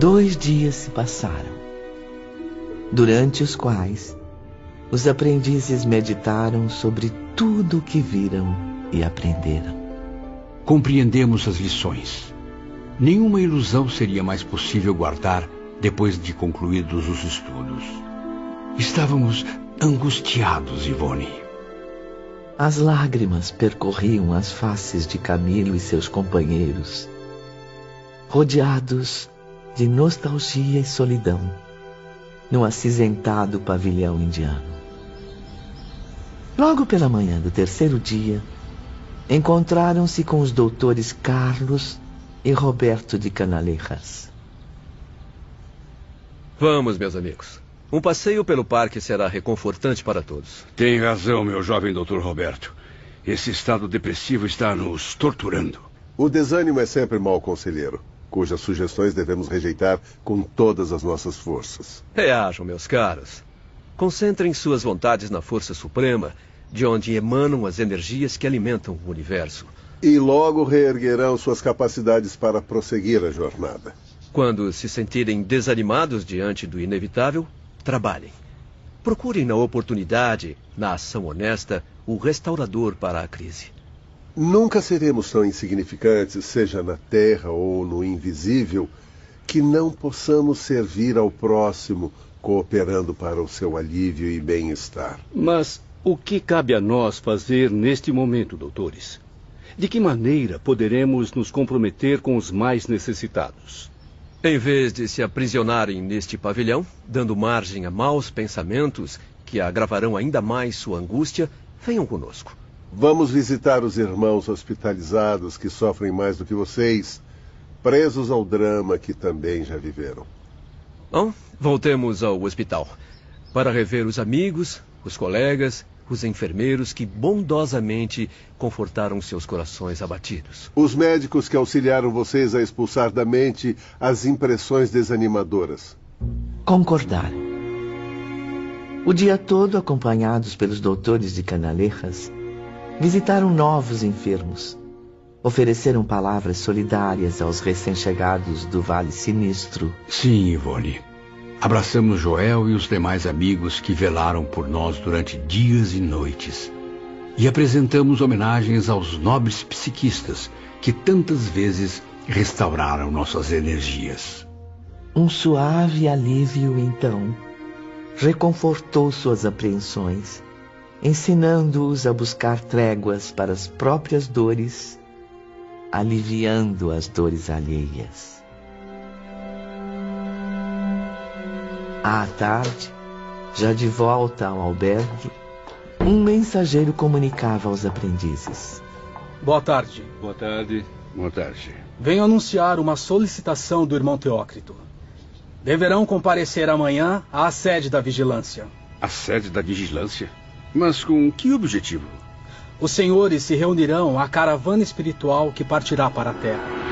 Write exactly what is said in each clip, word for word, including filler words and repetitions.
Dois dias se passaram, durante os quais os aprendizes meditaram sobre tudo o que viram e aprenderam. Compreendemos as lições. Nenhuma ilusão seria mais possível guardar depois de concluídos os estudos. Estávamos angustiados, Ivone. As lágrimas percorriam as faces de Camilo e seus companheiros, rodeados de nostalgia e solidão, no acinzentado pavilhão indiano. Logo pela manhã do terceiro dia, encontraram-se com os doutores Carlos e Roberto de Canalejas. Vamos, meus amigos. Um passeio pelo parque será reconfortante para todos. Tem razão, meu jovem doutor Roberto. Esse estado depressivo está nos torturando. O desânimo é sempre mau conselheiro, cujas sugestões devemos rejeitar com todas as nossas forças. Reajam, meus caros. Concentrem suas vontades na força suprema, de onde emanam as energias que alimentam o universo. E logo reerguerão suas capacidades para prosseguir a jornada. Quando se sentirem desanimados diante do inevitável, trabalhem. Procurem na oportunidade, na ação honesta, o restaurador para a crise. Nunca seremos tão insignificantes, seja na terra ou no invisível, que não possamos servir ao próximo, cooperando para o seu alívio e bem-estar. Mas o que cabe a nós fazer neste momento, doutores? De que maneira poderemos nos comprometer com os mais necessitados? Em vez de se aprisionarem neste pavilhão, dando margem a maus pensamentos que agravarão ainda mais sua angústia, venham conosco. Vamos visitar os irmãos hospitalizados que sofrem mais do que vocês, presos ao drama que também já viveram. Bom, voltemos ao hospital, para rever os amigos, os colegas, os enfermeiros que bondosamente confortaram seus corações abatidos. Os médicos que auxiliaram vocês a expulsar da mente as impressões desanimadoras. Concordaram. O dia todo, acompanhados pelos doutores de Canalejas, visitaram novos enfermos, ofereceram palavras solidárias aos recém-chegados do Vale Sinistro. Sim, Ivone. Abraçamos Joel e os demais amigos que velaram por nós durante dias e noites. E apresentamos homenagens aos nobres psiquistas que tantas vezes restauraram nossas energias. Um suave alívio, então, reconfortou suas apreensões, ensinando-os a buscar tréguas para as próprias dores, aliviando as dores alheias. À tarde, já de volta ao albergue, um mensageiro comunicava aos aprendizes. Boa tarde. Boa tarde. Boa tarde. Venho anunciar uma solicitação do irmão Teócrito. Deverão comparecer amanhã à sede da vigilância. A sede da vigilância? Mas com que objetivo? Os senhores se reunirão à caravana espiritual que partirá para a Terra.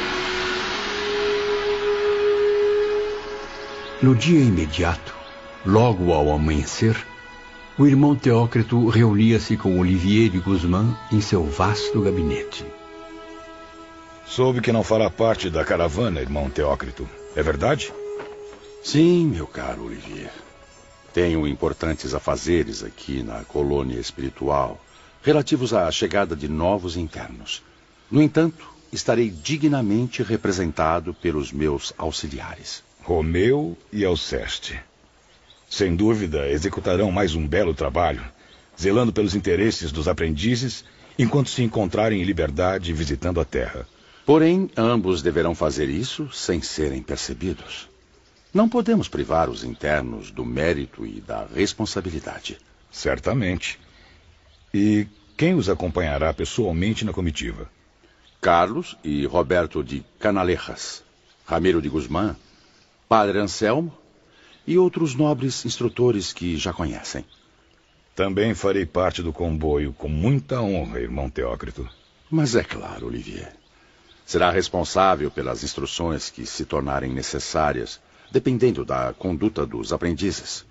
No dia imediato, logo ao amanhecer, o irmão Teócrito reunia-se com Olivier de Guzmán em seu vasto gabinete. Soube que não fará parte da caravana, irmão Teócrito. É verdade? Sim, meu caro Olivier. Tenho importantes afazeres aqui na colônia espiritual, relativos à chegada de novos internos. No entanto, estarei dignamente representado pelos meus auxiliares. Romeu e Alceste. Sem dúvida, executarão mais um belo trabalho, zelando pelos interesses dos aprendizes, enquanto se encontrarem em liberdade visitando a Terra. Porém, ambos deverão fazer isso sem serem percebidos. Não podemos privar os internos do mérito e da responsabilidade. Certamente. E quem os acompanhará pessoalmente na comitiva? Carlos e Roberto de Canalejas, Ramiro de Guzmán, Padre Anselmo e outros nobres instrutores que já conhecem. Também farei parte do comboio com muita honra, irmão Teócrito. Mas é claro, Olivier. Será responsável pelas instruções que se tornarem necessárias, dependendo da conduta dos aprendizes.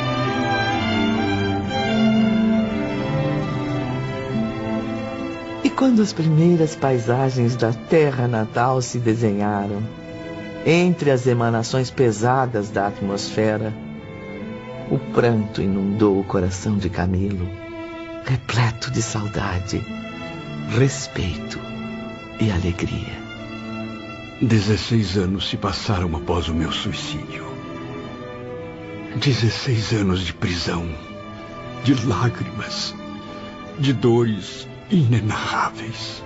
E quando as primeiras paisagens da terra natal se desenharam, entre as emanações pesadas da atmosfera, o pranto inundou o coração de Camilo, repleto de saudade, respeito e alegria. Dezesseis anos se passaram após o meu suicídio. Dezesseis anos de prisão, de lágrimas, de dores inenarráveis.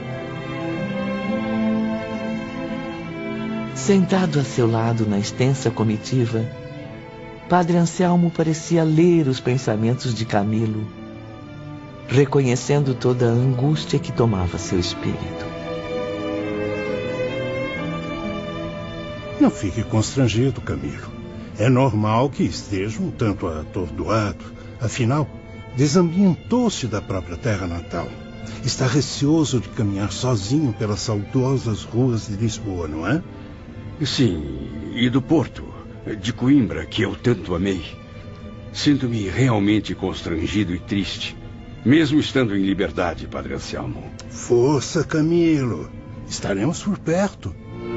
Sentado a seu lado na extensa comitiva, Padre Anselmo parecia ler os pensamentos de Camilo, reconhecendo toda a angústia que tomava seu espírito. Não fique constrangido, Camilo. É normal que esteja um tanto atordoado. Afinal, desambientou-se da própria terra natal. Está receoso de caminhar sozinho pelas saudosas ruas de Lisboa, não é? Sim, e do Porto, de Coimbra, que eu tanto amei. Sinto-me realmente constrangido e triste, mesmo estando em liberdade, Padre Anselmo. Força, Camilo. Estaremos por perto.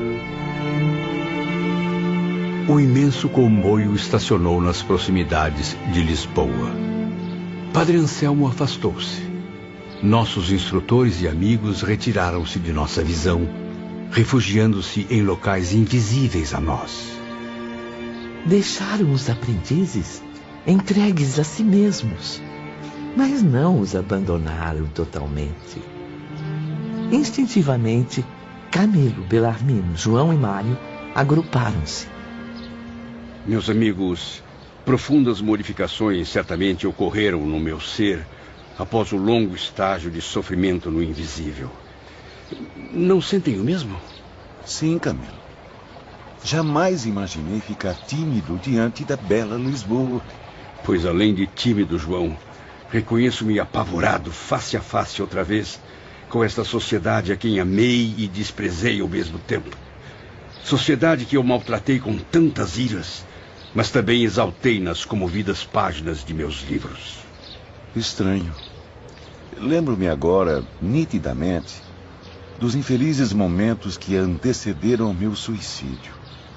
O imenso comboio estacionou nas proximidades de Lisboa. Padre Anselmo afastou-se. Nossos instrutores e amigos retiraram-se de nossa visão, refugiando-se em locais invisíveis a nós. Deixaram os aprendizes entregues a si mesmos, mas não os abandonaram totalmente. Instintivamente, Camilo, Belarmino, João e Mário agruparam-se. Meus amigos, profundas modificações certamente ocorreram no meu ser após o longo estágio de sofrimento no invisível. Não sentem o mesmo? Sim, Camilo. Jamais imaginei ficar tímido diante da bela Lisboa. Pois além de tímido, João, reconheço-me apavorado face a face outra vez com esta sociedade a quem amei e desprezei ao mesmo tempo. Sociedade que eu maltratei com tantas iras, mas também exaltei nas comovidas páginas de meus livros. Estranho. Lembro-me agora, nitidamente, dos infelizes momentos que antecederam ao meu suicídio.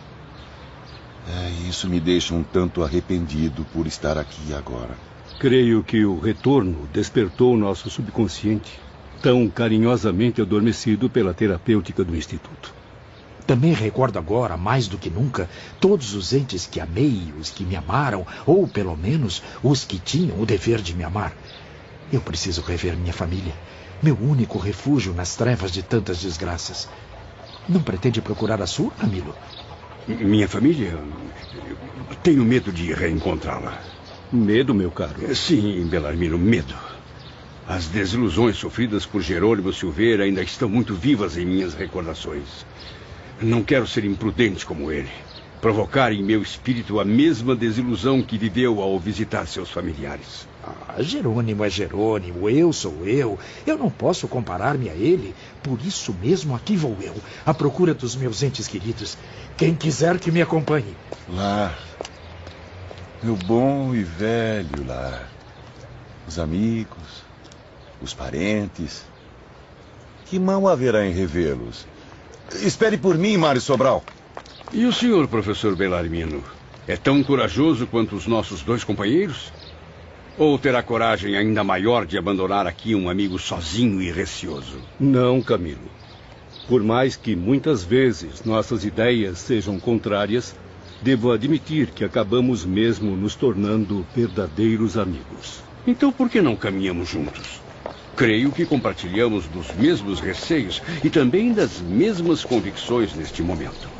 É, isso me deixa um tanto arrependido por estar aqui agora. Creio que o retorno despertou nosso subconsciente, tão carinhosamente adormecido pela terapêutica do Instituto. Também recordo agora, mais do que nunca, todos os entes que amei, os que me amaram, ou pelo menos os que tinham o dever de me amar. Eu preciso rever minha família, meu único refúgio nas trevas de tantas desgraças. Não pretende procurar a sua, Camilo? Minha família? Tenho medo de reencontrá-la. Medo, meu caro? Sim, Belarmino, medo. As desilusões sofridas por Jerônimo Silveira ainda estão muito vivas em minhas recordações. Não quero ser imprudente como ele, provocar em meu espírito a mesma desilusão que viveu ao visitar seus familiares. Ah, Jerônimo é Jerônimo, eu sou eu. Eu não posso comparar-me a ele. Por isso mesmo aqui vou eu, à procura dos meus entes queridos. Quem quiser que me acompanhe. Lar. Meu bom e velho lar. Os amigos, os parentes. Que mal haverá em revê-los? Espere por mim, Mário Sobral. E o senhor, professor Belarmino? É tão corajoso quanto os nossos dois companheiros? Ou terá coragem ainda maior de abandonar aqui um amigo sozinho e receoso? Não, Camilo. Por mais que muitas vezes nossas ideias sejam contrárias, devo admitir que acabamos mesmo nos tornando verdadeiros amigos. Então por que não caminhamos juntos? Creio que compartilhamos dos mesmos receios e também das mesmas convicções neste momento.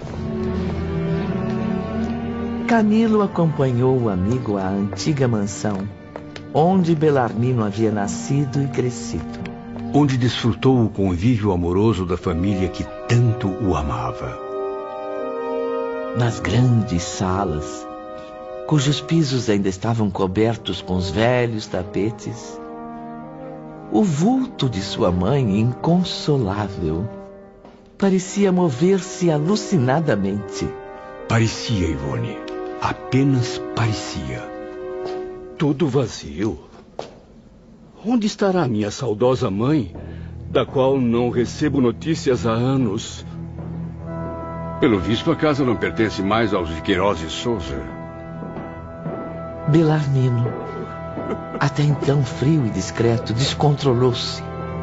Camilo acompanhou o amigo à antiga mansão, onde Belarmino havia nascido e crescido. Onde desfrutou o convívio amoroso da família que tanto o amava. Nas grandes salas, cujos pisos ainda estavam cobertos com os velhos tapetes, o vulto de sua mãe, inconsolável, parecia mover-se alucinadamente. Parecia, Ivone. Apenas parecia. Tudo vazio. Onde estará minha saudosa mãe, da qual não recebo notícias há anos. Pelo visto, a casa não pertence mais aos de Queiroz e Souza. Belarmino, até então frio e discreto, descontrolou-se.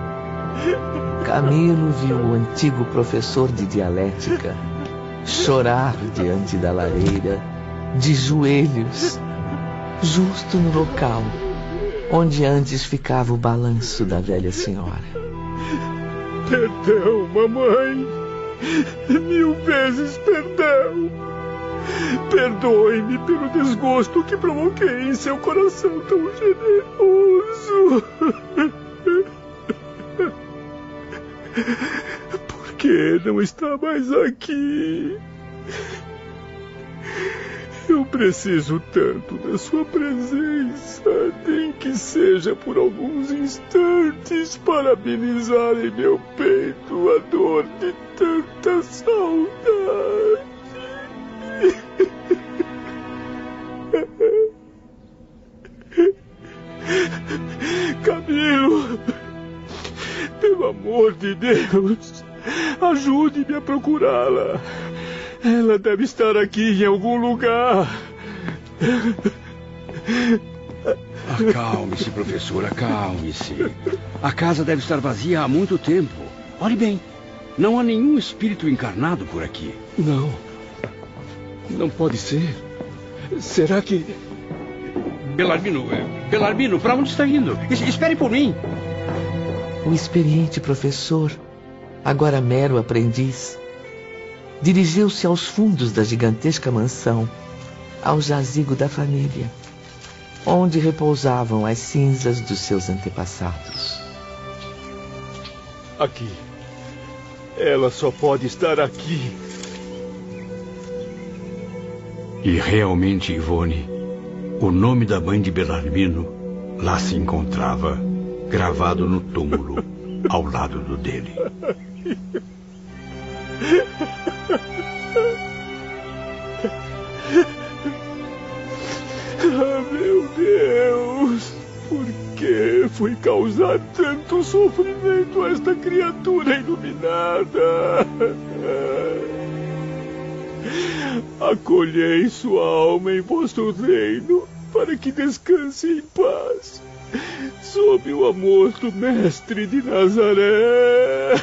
Camilo viu o antigo professor de dialética chorar diante da lareira, de joelhos, justo no local onde antes ficava o balanço da velha senhora. Perdão, mamãe. Mil vezes perdão. Perdoe-me pelo desgosto que provoquei em seu coração tão generoso. Por que não está mais aqui? Eu preciso tanto da sua presença, nem que seja por alguns instantes, para amenizar em meu peito a dor de tanta saudade. Camilo, pelo amor de Deus, ajude-me a procurá-la. Ela deve estar aqui em algum lugar. Acalme-se, professor, acalme-se. A casa deve estar vazia há muito tempo. Olhe bem, não há nenhum espírito encarnado por aqui. Não. Não pode ser. Será que... Belarmino, Belarmino, para onde está indo? Es- espere por mim. O experiente professor, agora mero aprendiz, dirigiu-se aos fundos da gigantesca mansão, ao jazigo da família, onde repousavam as cinzas dos seus antepassados. Aqui. Ela só pode estar aqui. E realmente, Ivone, o nome da mãe de Belarmino lá se encontrava, gravado no túmulo, ao lado do dele. Ah, meu Deus! Por que fui causar tanto sofrimento a esta criatura iluminada? Acolhei sua alma em vosso reino, para que descanse em paz, sob o amor do Mestre de Nazaré.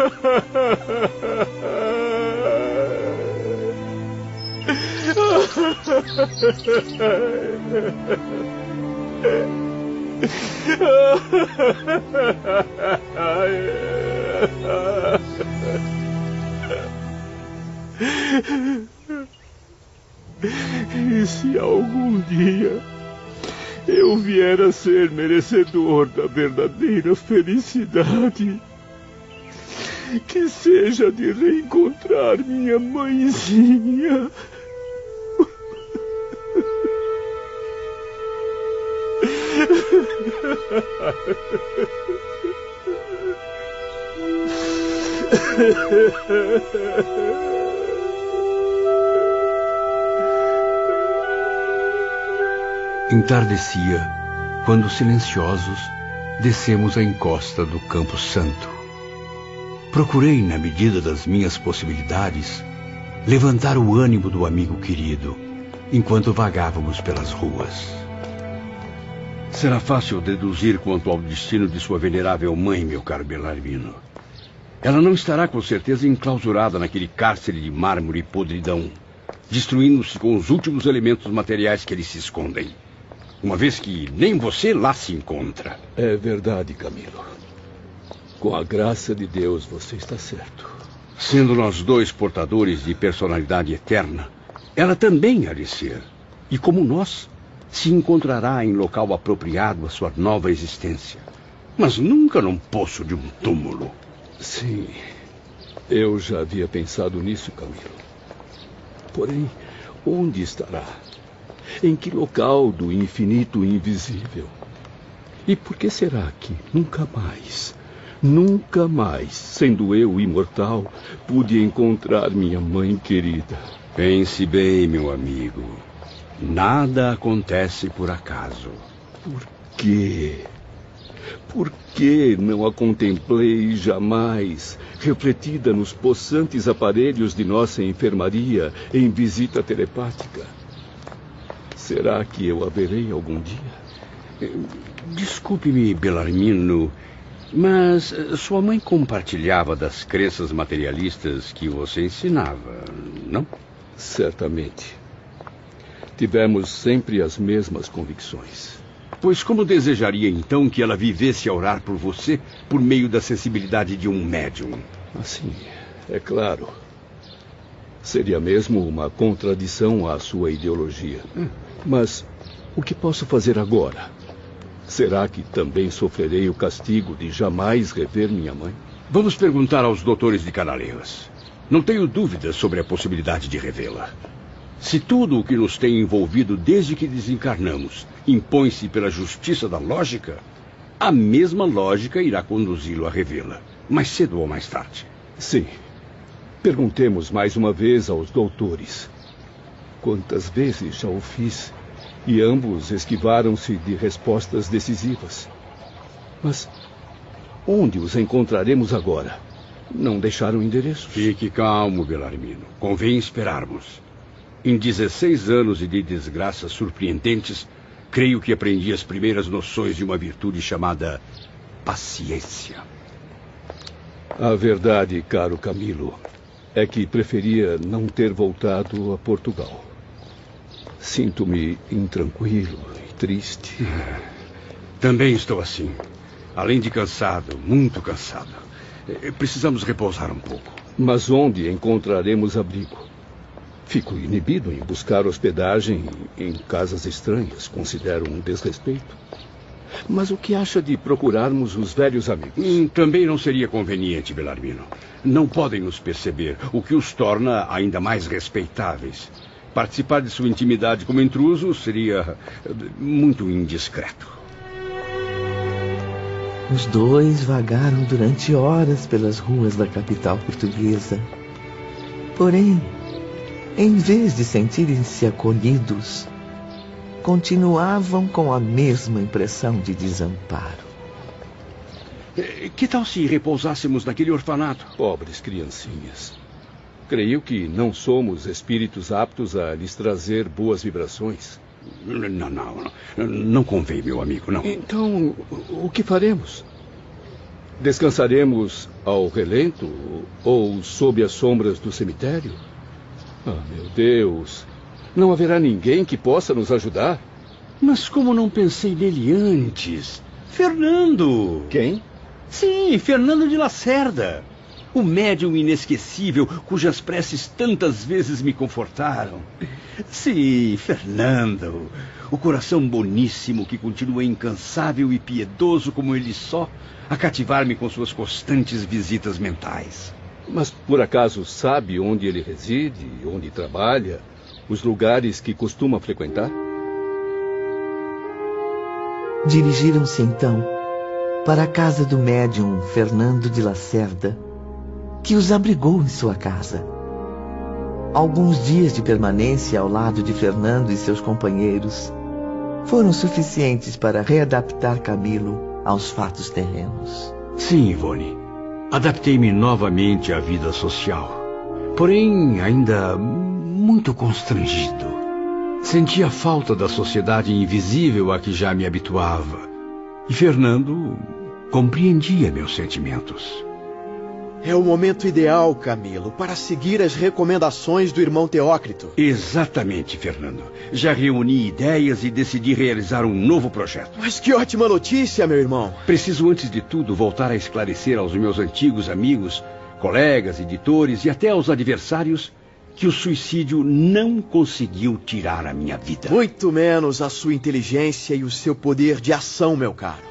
E se algum dia eu vier a ser merecedor da verdadeira felicidade, que seja de reencontrar minha mãezinha. Entardecia, quando silenciosos descemos a encosta do Campo Santo. Procurei, na medida das minhas possibilidades, levantar o ânimo do amigo querido, enquanto vagávamos pelas ruas. Será fácil deduzir quanto ao destino de sua venerável mãe, meu caro Belarmino. Ela não estará com certeza enclausurada naquele cárcere de mármore e podridão, destruindo-se com os últimos elementos materiais que ali se escondem, uma vez que nem você lá se encontra. É verdade, Camilo. Com a graça de Deus, você está certo. Sendo nós dois portadores de personalidade eterna, ela também há de ser. E como nós, se encontrará em local apropriado à sua nova existência. Mas nunca num poço de um túmulo. Sim, eu já havia pensado nisso, Camilo. Porém, onde estará? Em que local do infinito invisível? E por que será que nunca mais, nunca mais, sendo eu imortal, pude encontrar minha mãe querida? Pense bem, meu amigo. Nada acontece por acaso. Por quê? Por que não a contemplei jamais, refletida nos possantes aparelhos de nossa enfermaria em visita telepática? Será que eu a verei algum dia? Desculpe-me, Belarmino, mas sua mãe compartilhava das crenças materialistas que você ensinava, não? Certamente. Tivemos sempre as mesmas convicções. Pois como desejaria então que ela vivesse a orar por você por meio da sensibilidade de um médium? Assim, é claro. Seria mesmo uma contradição à sua ideologia. Hum. Mas o que posso fazer agora? Será que também sofrerei o castigo de jamais rever minha mãe? Vamos perguntar aos doutores de Canaleiras. Não tenho dúvidas sobre a possibilidade de revê-la. Se tudo o que nos tem envolvido desde que desencarnamos impõe-se pela justiça da lógica, a mesma lógica irá conduzi-lo a revê-la, mais cedo ou mais tarde. Sim. Perguntemos mais uma vez aos doutores. Quantas vezes já o fiz e ambos esquivaram-se de respostas decisivas. Mas onde os encontraremos agora? Não deixaram endereços. Fique calmo, Belarmino. Convém esperarmos. Em dezesseis anos de desgraças surpreendentes, creio que aprendi as primeiras noções de uma virtude chamada paciência. A verdade, caro Camilo, é que preferia não ter voltado a Portugal. Sinto-me intranquilo e triste. Também estou assim. Além de cansado, muito cansado. Precisamos repousar um pouco. Mas onde encontraremos abrigo? Fico inibido em buscar hospedagem em casas estranhas. Considero um desrespeito. Mas o que acha de procurarmos os velhos amigos? Hum, também não seria conveniente, Belarmino. Não podem nos perceber, o que os torna ainda mais respeitáveis. Participar de sua intimidade como intruso seria muito indiscreto. Os dois vagaram durante horas pelas ruas da capital portuguesa. Porém, em vez de sentirem-se acolhidos, continuavam com a mesma impressão de desamparo. Que tal se repousássemos naquele orfanato? Pobres criancinhas. Creio que não somos espíritos aptos a lhes trazer boas vibrações. Não, não, não. Não convém, meu amigo, não. Então, o que faremos? Descansaremos ao relento ou sob as sombras do cemitério? Ah, meu Deus! Não haverá ninguém que possa nos ajudar? Mas como não pensei nele antes? Fernando! Quem? Sim, Fernando de Lacerda. O médium inesquecível cujas preces tantas vezes me confortaram. Sim, Fernando. O coração boníssimo que continua incansável e piedoso como ele só, a cativar-me com suas constantes visitas mentais. Mas por acaso sabe onde ele reside, onde trabalha, os lugares que costuma frequentar? Dirigiram-se então para a casa do médium Fernando de Lacerda, que os abrigou em sua casa. Alguns dias de permanência ao lado de Fernando e seus companheiros foram suficientes para readaptar Camilo aos fatos terrenos. Sim, Ivone. Adaptei-me novamente à vida social. Porém, ainda muito constrangido. Sentia falta da sociedade invisível a que já me habituava. E Fernando compreendia meus sentimentos. É o momento ideal, Camilo, para seguir as recomendações do irmão Teócrito. Exatamente, Fernando. Já reuni ideias e decidi realizar um novo projeto. Mas que ótima notícia, meu irmão. Preciso, antes de tudo, voltar a esclarecer aos meus antigos amigos, colegas, editores e até aos adversários que o suicídio não conseguiu tirar a minha vida. Muito menos a sua inteligência e o seu poder de ação, meu caro.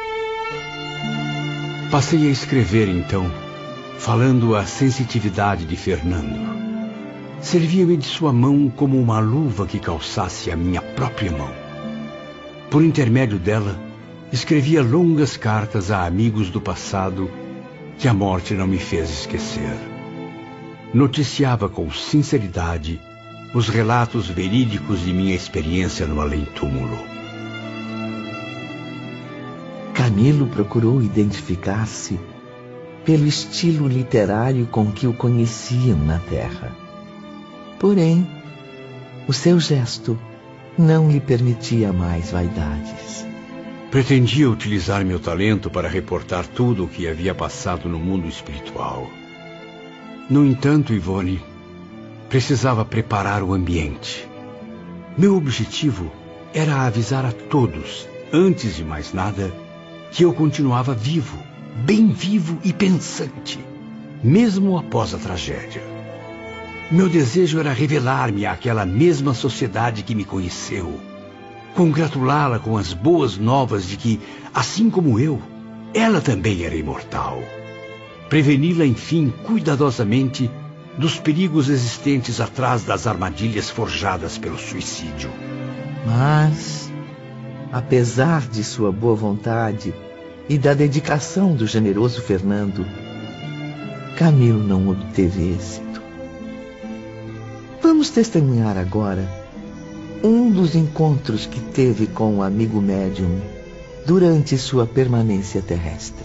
Passei a escrever, então, falando a sensitividade de Fernando. Servia-me de sua mão como uma luva que calçasse a minha própria mão. Por intermédio dela, escrevia longas cartas a amigos do passado que a morte não me fez esquecer. Noticiava com sinceridade os relatos verídicos de minha experiência no além-túmulo. Camilo procurou identificar-se pelo estilo literário com que o conheciam na terra. Porém, o seu gesto não lhe permitia mais vaidades. Pretendia utilizar meu talento para reportar tudo o que havia passado no mundo espiritual. No entanto, Ivone, precisava preparar o ambiente. Meu objetivo era avisar a todos, antes de mais nada, que eu continuava vivo, bem vivo e pensante, mesmo após a tragédia. Meu desejo era revelar-me àquela mesma sociedade que me conheceu, congratulá-la com as boas novas de que, assim como eu, ela também era imortal. Preveni-la, enfim, cuidadosamente dos perigos existentes atrás das armadilhas forjadas pelo suicídio. Mas, apesar de sua boa vontade e da dedicação do generoso Fernando, Camilo não obteve êxito. Vamos testemunhar agora um dos encontros que teve com o amigo médium durante sua permanência terrestre.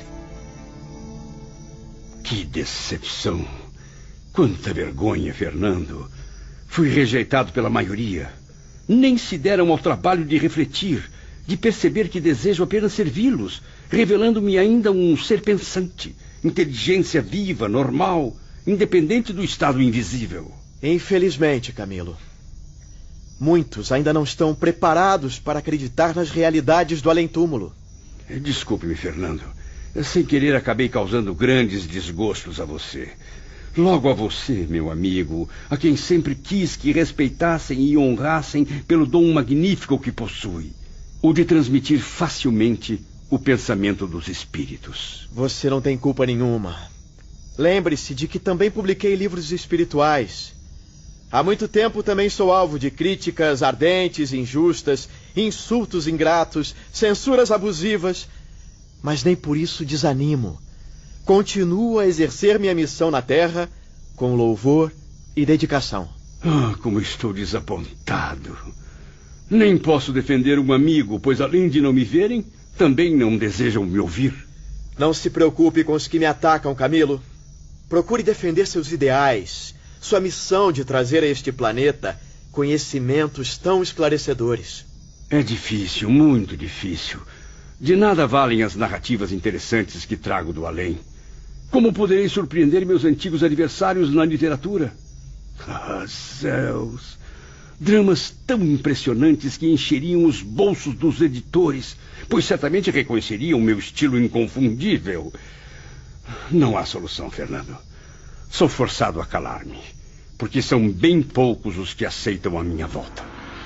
Que decepção! Quanta vergonha, Fernando! Fui rejeitado pela maioria. Nem se deram ao trabalho de refletir, de perceber que desejo apenas servi-los, revelando-me ainda um ser pensante, inteligência viva, normal, independente do estado invisível. Infelizmente, Camilo, muitos ainda não estão preparados para acreditar nas realidades do além-túmulo. Desculpe-me, Fernando. Sem querer acabei causando grandes desgostos a você. Logo a você, meu amigo, a quem sempre quis que respeitassem e honrassem pelo dom magnífico que possui, o de transmitir facilmente o pensamento dos espíritos. Você não tem culpa nenhuma. Lembre-se de que também publiquei livros espirituais. Há muito tempo também sou alvo de críticas ardentes, injustas, insultos ingratos, censuras abusivas, mas nem por isso desanimo. Continuo a exercer minha missão na Terra com louvor e dedicação. Ah, como estou desapontado. Nem posso defender um amigo, pois além de não me verem, também não desejam me ouvir. Não se preocupe com os que me atacam, Camilo. Procure defender seus ideais, sua missão de trazer a este planeta conhecimentos tão esclarecedores. É difícil, muito difícil. De nada valem as narrativas interessantes que trago do além. Como poderei surpreender meus antigos adversários na literatura? Ah, céus! Dramas tão impressionantes que encheriam os bolsos dos editores, pois certamente reconheceriam meu estilo inconfundível. Não há solução, Fernando. Sou forçado a calar-me, porque são bem poucos os que aceitam a minha volta.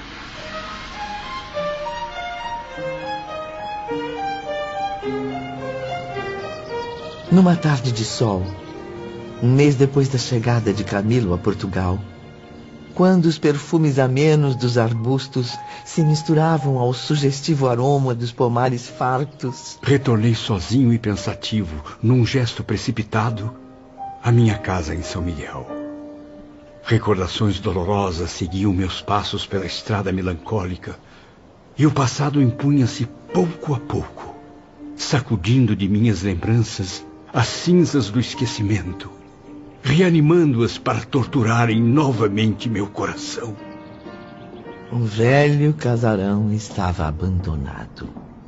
Numa tarde de sol, um mês depois da chegada de Camilo a Portugal, quando os perfumes amenos dos arbustos se misturavam ao sugestivo aroma dos pomares fartos, retornei sozinho e pensativo, num gesto precipitado, à minha casa em São Miguel. Recordações dolorosas seguiam meus passos pela estrada melancólica, e o passado impunha-se pouco a pouco, sacudindo de minhas lembranças as cinzas do esquecimento, reanimando-as para torturarem novamente meu coração. O velho casarão estava abandonado.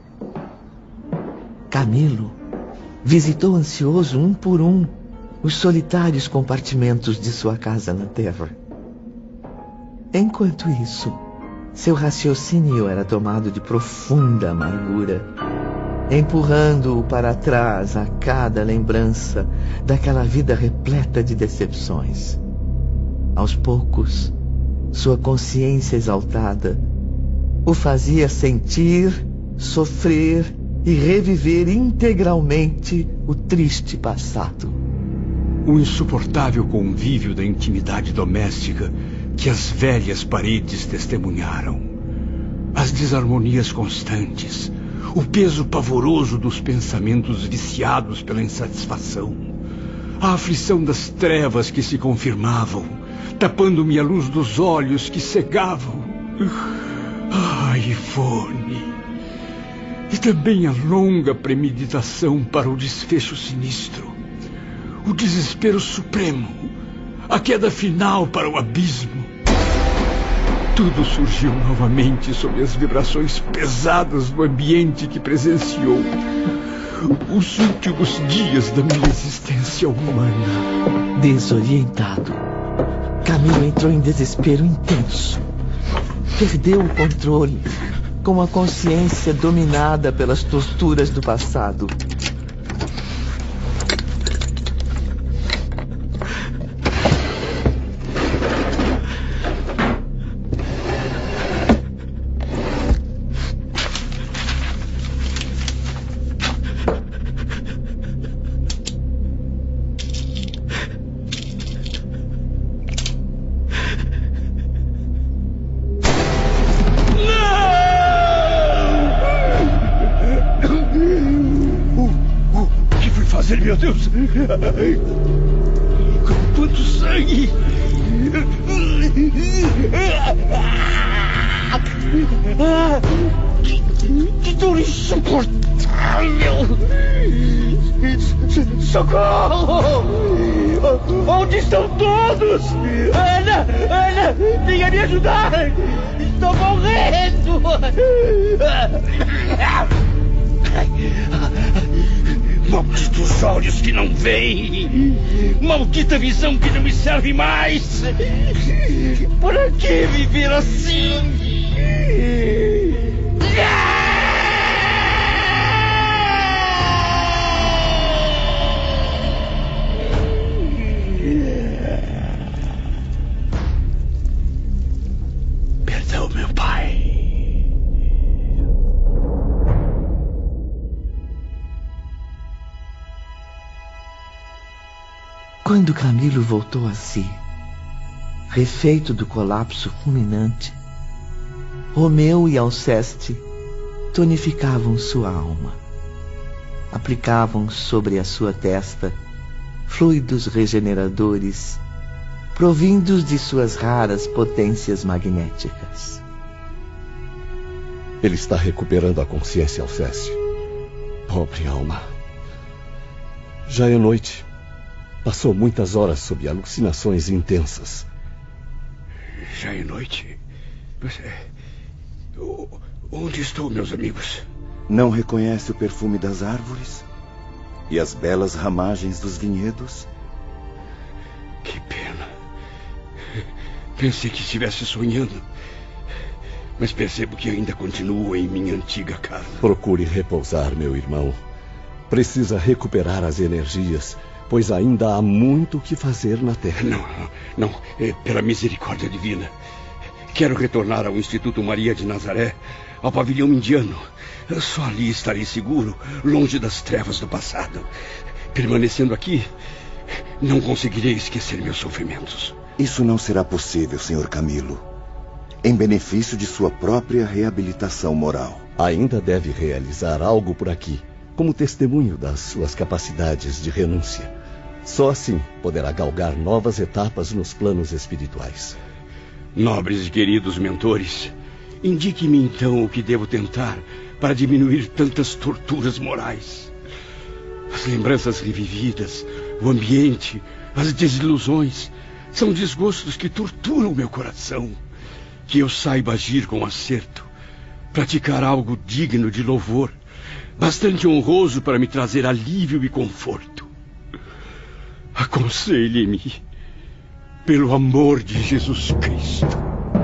Camilo visitou ansioso um por um os solitários compartimentos de sua casa na terra. Enquanto isso, seu raciocínio era tomado de profunda amargura, empurrando-o para trás a cada lembrança daquela vida repleta de decepções. Aos poucos, sua consciência exaltada o fazia sentir, sofrer e reviver integralmente o triste passado. O insuportável convívio da intimidade doméstica que as velhas paredes testemunharam, as desarmonias constantes, o peso pavoroso dos pensamentos viciados pela insatisfação, a aflição das trevas que se confirmavam, tapando-me a luz dos olhos que cegavam. Ah, Ivone, e também a longa premeditação para o desfecho sinistro, o desespero supremo, a queda final para o abismo. Tudo surgiu novamente sob as vibrações pesadas do ambiente que presenciou os últimos dias da minha existência humana. Desorientado, Camilo entrou em desespero intenso. Perdeu o controle, com a consciência dominada pelas torturas do passado. Meu Deus! Com quanto sangue! Que, que dor insuportável! Socorro! Onde estão todos? Ana! Ana! Venha me ajudar! Estou morrendo! Malditos olhos que não veem! Maldita visão que não me serve mais! Para que viver assim? Perdão, meu pai. Quando Camilo voltou a si, refeito do colapso fulminante, Romeu e Alceste tonificavam sua alma. Aplicavam sobre a sua testa fluidos regeneradores, provindos de suas raras potências magnéticas. Ele está recuperando a consciência, Alceste. Pobre alma. Já é noite. Passou muitas horas sob alucinações intensas. Já é noite? Mas, é... Onde estou, meus amigos? Não reconhece o perfume das árvores? E as belas ramagens dos vinhedos? Que pena. Pensei que estivesse sonhando. Mas percebo que ainda continuo em minha antiga casa. Procure repousar, meu irmão. Precisa recuperar as energias, pois ainda há muito o que fazer na Terra. Não, não, não. É pela misericórdia divina. Quero retornar ao Instituto Maria de Nazaré, ao pavilhão indiano. Só ali estarei seguro, longe das trevas do passado. Permanecendo aqui, não conseguirei esquecer meus sofrimentos. Isso não será possível, senhor Camilo. Em benefício de sua própria reabilitação moral. Ainda deve realizar algo por aqui, como testemunho das suas capacidades de renúncia. Só assim poderá galgar novas etapas nos planos espirituais. Nobres e queridos mentores, indique-me então o que devo tentar para diminuir tantas torturas morais. As lembranças revividas, o ambiente, as desilusões, são desgostos que torturam meu coração. Que eu saiba agir com acerto, praticar algo digno de louvor, bastante honroso para me trazer alívio e conforto. Aconselhe-me, pelo amor de Jesus Cristo.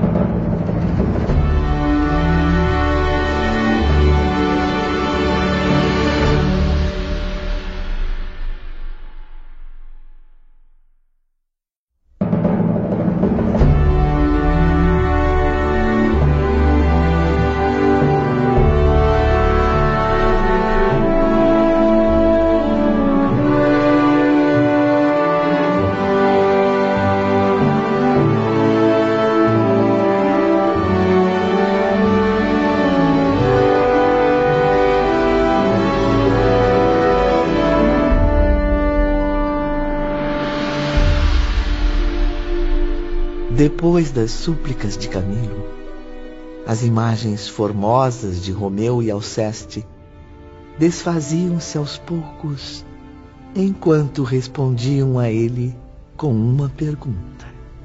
Depois das súplicas de Camilo, as imagens formosas de Romeu e Alceste desfaziam-se aos poucos, enquanto respondiam a ele com uma pergunta.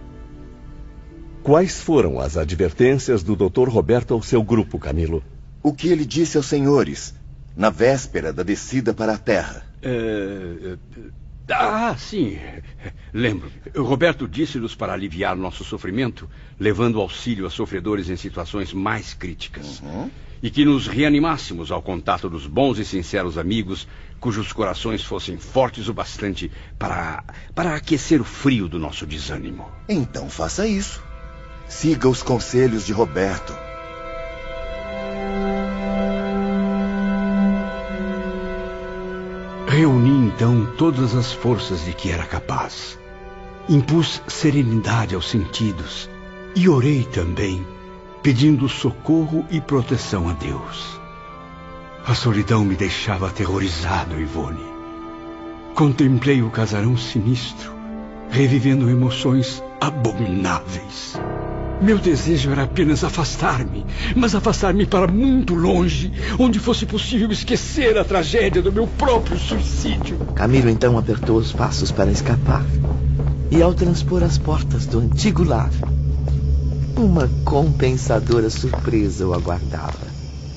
Quais foram as advertências do doutor Roberto ao seu grupo, Camilo? O que ele disse aos senhores, na véspera da descida para a Terra? É... Ah, sim. Lembro. Roberto disse-nos para aliviar nosso sofrimento, levando auxílio a sofredores em situações mais críticas. Uhum. E que nos reanimássemos ao contato dos bons e sinceros amigos, cujos corações fossem fortes o bastante para, para aquecer o frio do nosso desânimo. Então faça isso. Siga os conselhos de Roberto. Reuni então todas as forças de que era capaz. Impus serenidade aos sentidos e orei também, pedindo socorro e proteção a Deus. A solidão me deixava aterrorizado, Ivone. Contemplei o casarão sinistro, revivendo emoções abomináveis. Meu desejo era apenas afastar-me, mas afastar-me para muito longe, onde fosse possível esquecer a tragédia do meu próprio suicídio. Camilo então apertou os passos para escapar, e ao transpor as portas do antigo lar, uma compensadora surpresa o aguardava.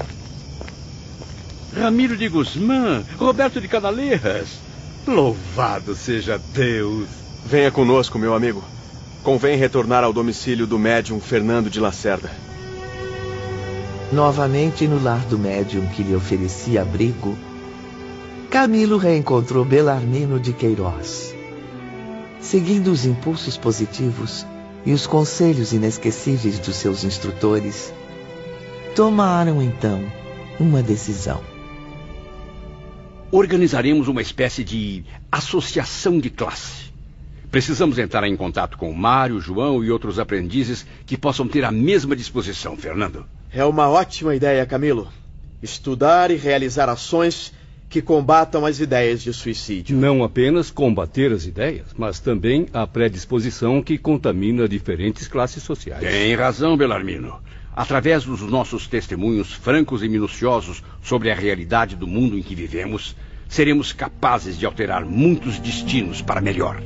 Ramiro de Guzmán, Roberto de Canaleiras, louvado seja Deus. Venha conosco, meu amigo. Convém retornar ao domicílio do médium Fernando de Lacerda. Novamente no lar do médium que lhe oferecia abrigo, Camilo reencontrou Belarmino de Queiroz. Seguindo os impulsos positivos e os conselhos inesquecíveis dos seus instrutores, tomaram então uma decisão. Organizaremos uma espécie de associação de classe. Precisamos entrar em contato com o Mário, João e outros aprendizes que possam ter a mesma disposição, Fernando. É uma ótima ideia, Camilo. Estudar e realizar ações que combatam as ideias de suicídio. Não apenas combater as ideias, mas também a predisposição que contamina diferentes classes sociais. Tem razão, Belarmino. Através dos nossos testemunhos francos e minuciosos sobre a realidade do mundo em que vivemos, seremos capazes de alterar muitos destinos para melhor.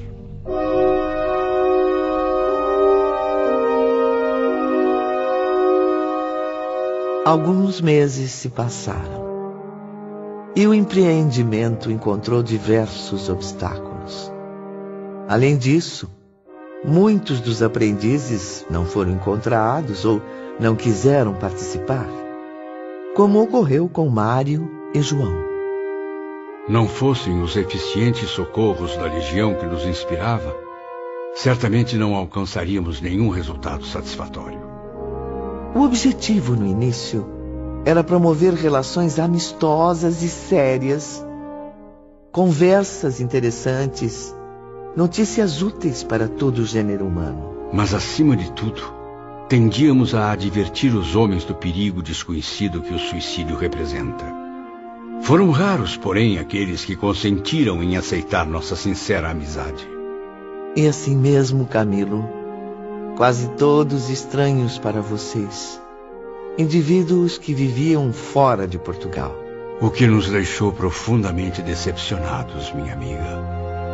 Alguns meses se passaram e o empreendimento encontrou diversos obstáculos. Além disso, muitos dos aprendizes não foram encontrados ou não quiseram participar, como ocorreu com Mário e João. Não fossem os eficientes socorros da Legião que nos inspirava, certamente não alcançaríamos nenhum resultado satisfatório. O objetivo no início era promover relações amistosas e sérias, conversas interessantes, notícias úteis para todo o gênero humano. Mas, acima de tudo, tendíamos a advertir os homens do perigo desconhecido que o suicídio representa. Foram raros, porém, aqueles que consentiram em aceitar nossa sincera amizade. E assim mesmo, Camilo, quase todos estranhos para vocês, indivíduos que viviam fora de Portugal. O que nos deixou profundamente decepcionados, minha amiga.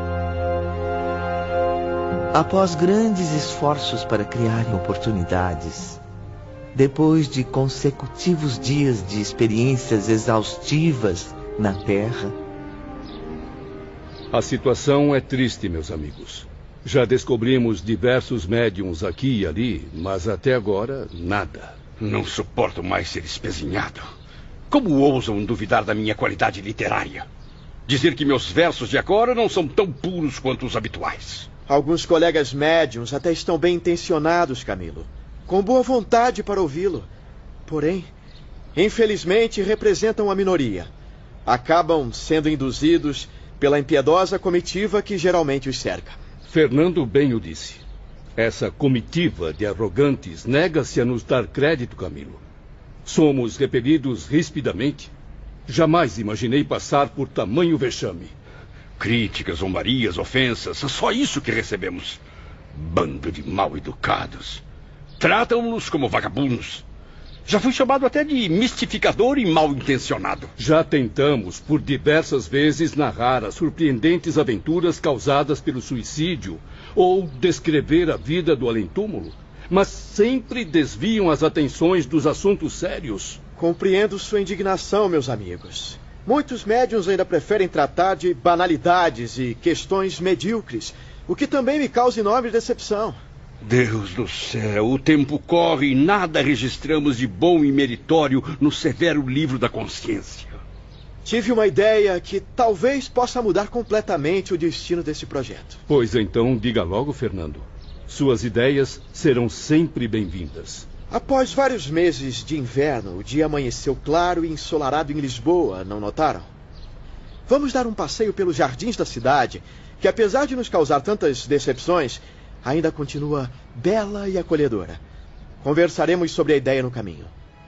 Após grandes esforços para criarem oportunidades, depois de consecutivos dias de experiências exaustivas na Terra... A situação é triste, meus amigos. Já descobrimos diversos médiums aqui e ali, mas até agora, nada. Não suporto mais ser espezinhado. Como ousam duvidar da minha qualidade literária? Dizer que meus versos de agora não são tão puros quanto os habituais. Alguns colegas médiums até estão bem intencionados, Camilo, com boa vontade para ouvi-lo. Porém, infelizmente, representam a minoria. Acabam sendo induzidos pela impiedosa comitiva que geralmente os cerca. Fernando bem o disse. Essa comitiva de arrogantes nega-se a nos dar crédito, Camilo. Somos repelidos rispidamente. Jamais imaginei passar por tamanho vexame. Críticas, zombarias, ofensas, só isso que recebemos. Bando de mal-educados. Tratam-nos como vagabundos. Já fui chamado até de mistificador e mal-intencionado. Já tentamos, por diversas vezes, narrar as surpreendentes aventuras causadas pelo suicídio ou descrever a vida do além-túmulo, mas sempre desviam as atenções dos assuntos sérios. Compreendo sua indignação, meus amigos. Muitos médiuns ainda preferem tratar de banalidades e questões medíocres, o que também me causa enorme decepção. Deus do céu, o tempo corre e nada registramos de bom e meritório no severo livro da consciência. Tive uma ideia que talvez possa mudar completamente o destino desse projeto. Pois então, diga logo, Fernando. Suas ideias serão sempre bem-vindas. Após vários meses de inverno, o dia amanheceu claro e ensolarado em Lisboa, não notaram? Vamos dar um passeio pelos jardins da cidade, que apesar de nos causar tantas decepções, ainda continua bela e acolhedora. Conversaremos sobre a ideia no caminho.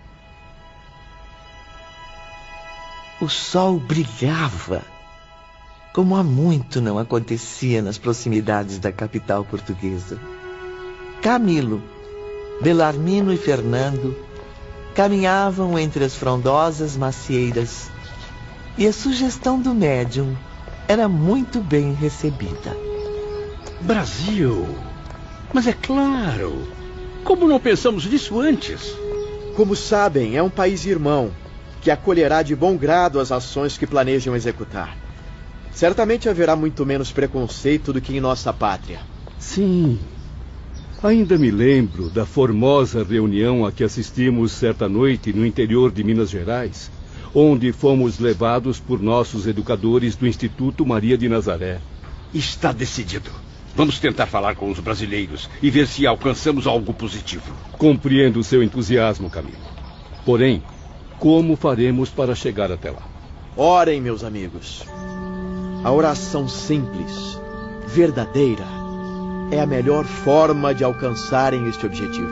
O sol brilhava, como há muito não acontecia nas proximidades da capital portuguesa. Camilo, Belarmino e Fernando caminhavam entre as frondosas macieiras e a sugestão do médium era muito bem recebida. Brasil! Mas é claro! Como não pensamos nisso antes? Como sabem, é um país irmão que acolherá de bom grado as ações que planejam executar. Certamente haverá muito menos preconceito do que em nossa pátria. Sim. Ainda me lembro da formosa reunião a que assistimos certa noite no interior de Minas Gerais, onde fomos levados por nossos educadores do Instituto Maria de Nazaré. Está decidido. Vamos tentar falar com os brasileiros e ver se alcançamos algo positivo. Compreendo o seu entusiasmo, Camilo. Porém, como faremos para chegar até lá? Orem, meus amigos. A oração simples, verdadeira, é a melhor forma de alcançarem este objetivo.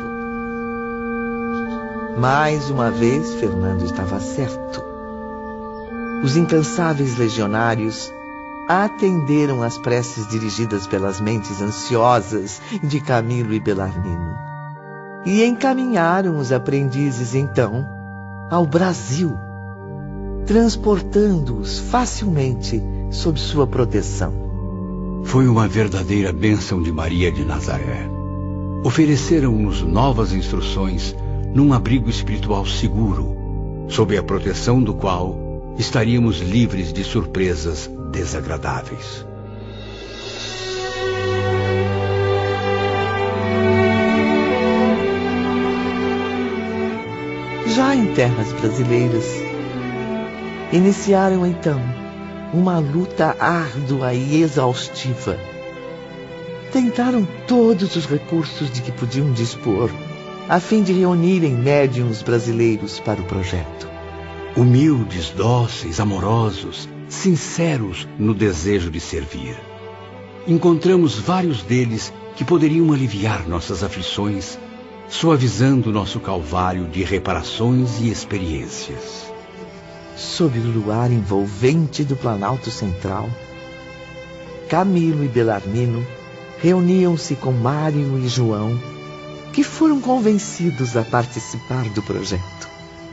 Mais uma vez, Fernando estava certo. Os incansáveis legionários atenderam às preces dirigidas pelas mentes ansiosas de Camilo e Belarmino e encaminharam os aprendizes, então, ao Brasil, transportando-os facilmente sob sua proteção. Foi uma verdadeira bênção de Maria de Nazaré. Ofereceram-nos novas instruções num abrigo espiritual seguro, sob a proteção do qual estaríamos livres de surpresas desagradáveis. Já em terras brasileiras, iniciaram então uma luta árdua e exaustiva. Tentaram todos os recursos de que podiam dispor, a fim de reunirem médiuns brasileiros para o projeto. Humildes, dóceis, amorosos, sinceros no desejo de servir. Encontramos vários deles que poderiam aliviar nossas aflições, suavizando nosso calvário de reparações e experiências. Sob o luar envolvente do Planalto Central, Camilo e Belarmino reuniam-se com Mário e João, que foram convencidos a participar do projeto.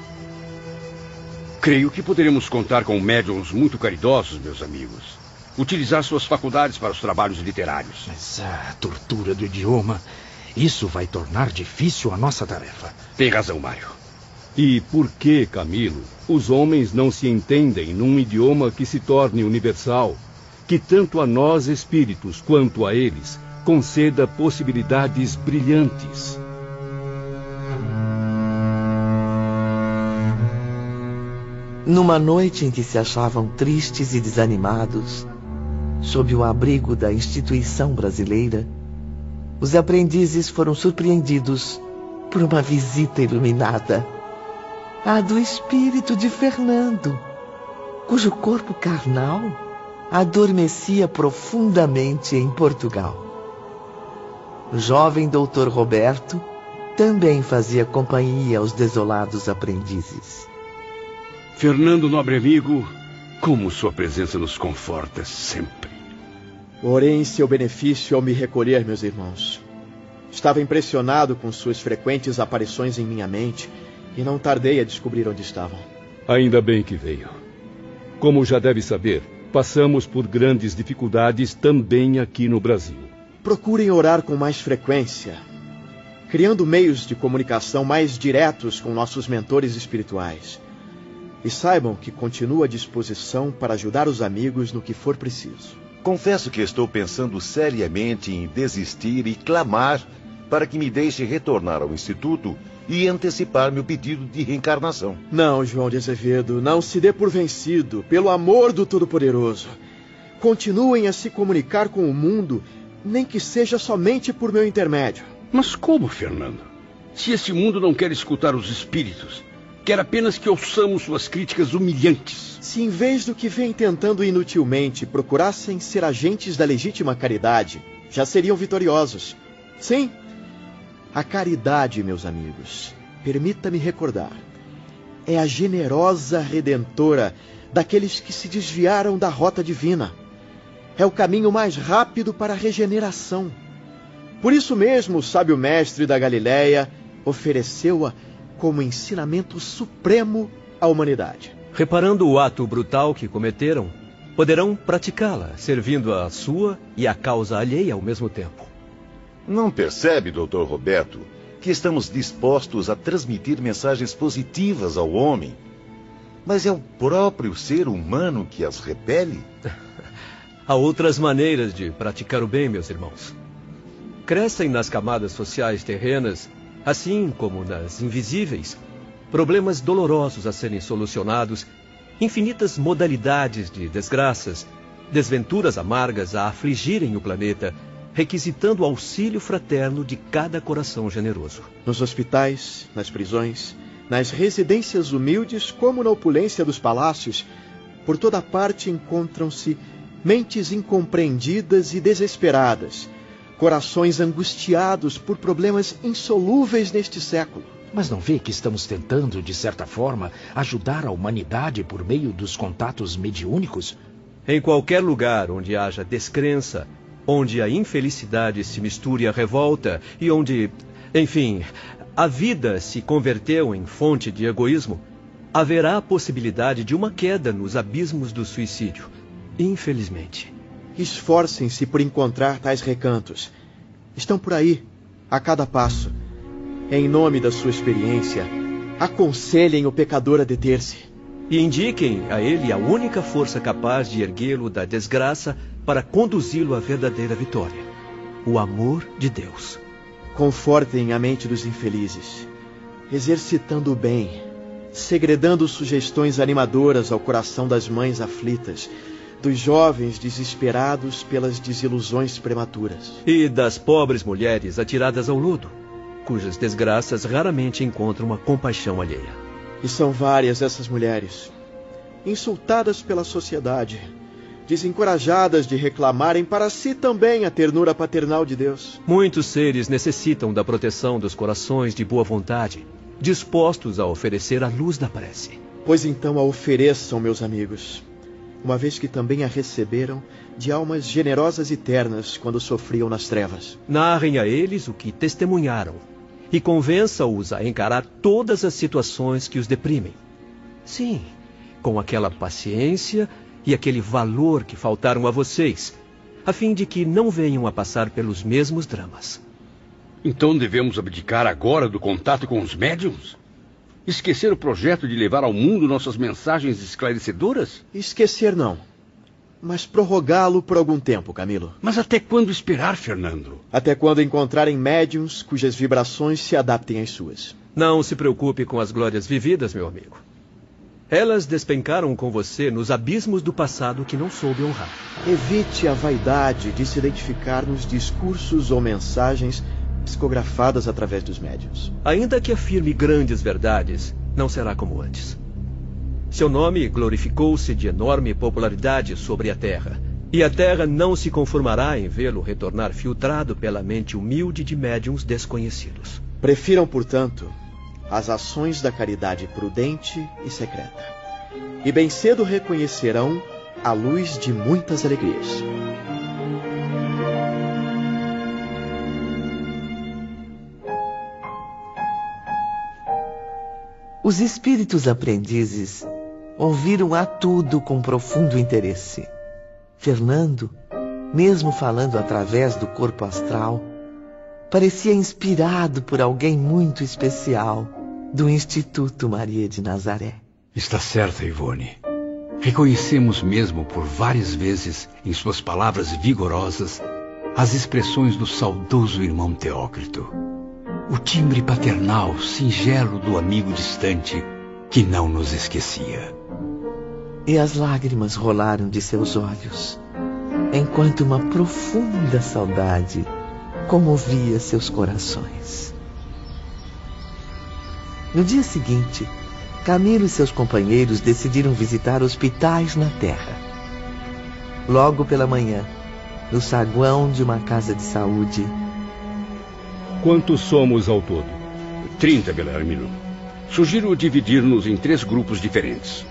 Creio que poderemos contar com médiuns muito caridosos, meus amigos. Utilizar suas faculdades para os trabalhos literários. Mas a tortura do idioma, isso vai tornar difícil a nossa tarefa. Tem razão, Mário. E por que, Camilo, os homens não se entendem num idioma que se torne universal, que tanto a nós espíritos quanto a eles conceda possibilidades brilhantes? Numa noite em que se achavam tristes e desanimados, sob o abrigo da instituição brasileira, os aprendizes foram surpreendidos por uma visita iluminada, a do espírito de Fernando, cujo corpo carnal adormecia profundamente em Portugal. O jovem doutor Roberto também fazia companhia aos desolados aprendizes. Fernando, nobre amigo, como sua presença nos conforta sempre. Orei em seu benefício ao me recolher, meus irmãos. Estava impressionado com suas frequentes aparições em minha mente e não tardei a descobrir onde estavam. Ainda bem que veio. Como já deve saber, passamos por grandes dificuldades também aqui no Brasil. Procurem orar com mais frequência, criando meios de comunicação mais diretos com nossos mentores espirituais. E saibam que continuo à disposição para ajudar os amigos no que for preciso. Confesso que estou pensando seriamente em desistir e clamar para que me deixe retornar ao Instituto e antecipar meu pedido de reencarnação. Não, João de Azevedo, não se dê por vencido, pelo amor do Todo-Poderoso. Continuem a se comunicar com o mundo, nem que seja somente por meu intermédio. Mas como, Fernando? Se esse mundo não quer escutar os espíritos, quer apenas que ouçamos suas críticas humilhantes. Se em vez do que vem tentando inutilmente procurassem ser agentes da legítima caridade, já seriam vitoriosos. Sim, a caridade, meus amigos, permita-me recordar, é a generosa redentora daqueles que se desviaram da rota divina. É o caminho mais rápido para a regeneração. Por isso mesmo, o sábio mestre da Galileia ofereceu-a como ensinamento supremo à humanidade. Reparando o ato brutal que cometeram, poderão praticá-la, servindo a sua e a causa alheia ao mesmo tempo. Não percebe, doutor Roberto, que estamos dispostos a transmitir mensagens positivas ao homem, mas é o próprio ser humano que as repele? Há outras maneiras de praticar o bem, meus irmãos. Crescem nas camadas sociais terrenas, assim como nas invisíveis, problemas dolorosos a serem solucionados, infinitas modalidades de desgraças, desventuras amargas a afligirem o planeta, requisitando o auxílio fraterno de cada coração generoso. Nos hospitais, nas prisões, nas residências humildes, como na opulência dos palácios, por toda parte encontram-se mentes incompreendidas e desesperadas, corações angustiados por problemas insolúveis neste século. Mas não vê que estamos tentando, de certa forma, ajudar a humanidade por meio dos contatos mediúnicos? Em qualquer lugar onde haja descrença, onde a infelicidade se misture à revolta e onde, enfim, a vida se converteu em fonte de egoísmo, haverá a possibilidade de uma queda nos abismos do suicídio. Infelizmente. Esforcem-se por encontrar tais recantos. Estão por aí, a cada passo. Em nome da sua experiência, aconselhem o pecador a deter-se. E indiquem a ele a única força capaz de erguê-lo da desgraça para conduzi-lo à verdadeira vitória: o amor de Deus. Confortem a mente dos infelizes, exercitando o bem, segredando sugestões animadoras ao coração das mães aflitas, dos jovens desesperados pelas desilusões prematuras. E das pobres mulheres atiradas ao lodo, cujas desgraças raramente encontram uma compaixão alheia. E são várias essas mulheres, insultadas pela sociedade, desencorajadas de reclamarem para si também a ternura paternal de Deus. Muitos seres necessitam da proteção dos corações de boa vontade, dispostos a oferecer a luz da prece. Pois então a ofereçam, meus amigos, uma vez que também a receberam de almas generosas e ternas quando sofriam nas trevas. Narrem a eles o que testemunharam e convença-os a encarar todas as situações que os deprimem. Sim, com aquela paciência e aquele valor que faltaram a vocês, a fim de que não venham a passar pelos mesmos dramas. Então devemos abdicar agora do contato com os médiuns? Esquecer o projeto de levar ao mundo nossas mensagens esclarecedoras? Esquecer não, mas prorrogá-lo por algum tempo, Camilo. Mas até quando esperar, Fernando? Até quando encontrarem médiuns cujas vibrações se adaptem às suas. Não se preocupe com as glórias vividas, meu amigo. Elas despencaram com você nos abismos do passado que não soube honrar. Evite a vaidade de se identificar nos discursos ou mensagens psicografadas através dos médiuns. Ainda que afirme grandes verdades, não será como antes. Seu nome glorificou-se de enorme popularidade sobre a Terra, e a Terra não se conformará em vê-lo retornar filtrado pela mente humilde de médiuns desconhecidos. Prefiram, portanto, as ações da caridade prudente e secreta, e bem cedo reconhecerão a luz de muitas alegrias. Os espíritos aprendizes ouviram a tudo com profundo interesse. Fernando, mesmo falando através do corpo astral, parecia inspirado por alguém muito especial do Instituto Maria de Nazaré. Está certa, Ivone. Reconhecemos mesmo por várias vezes, em suas palavras vigorosas, as expressões do saudoso irmão Teócrito. O timbre paternal, singelo do amigo distante, que não nos esquecia. E as lágrimas rolaram de seus olhos, enquanto uma profunda saudade comovia seus corações. No dia seguinte, Camilo e seus companheiros decidiram visitar hospitais na Terra. Logo pela manhã, no saguão de uma casa de saúde... Quantos somos ao todo? Trinta, Belarmino. Sugiro dividir-nos em três grupos diferentes.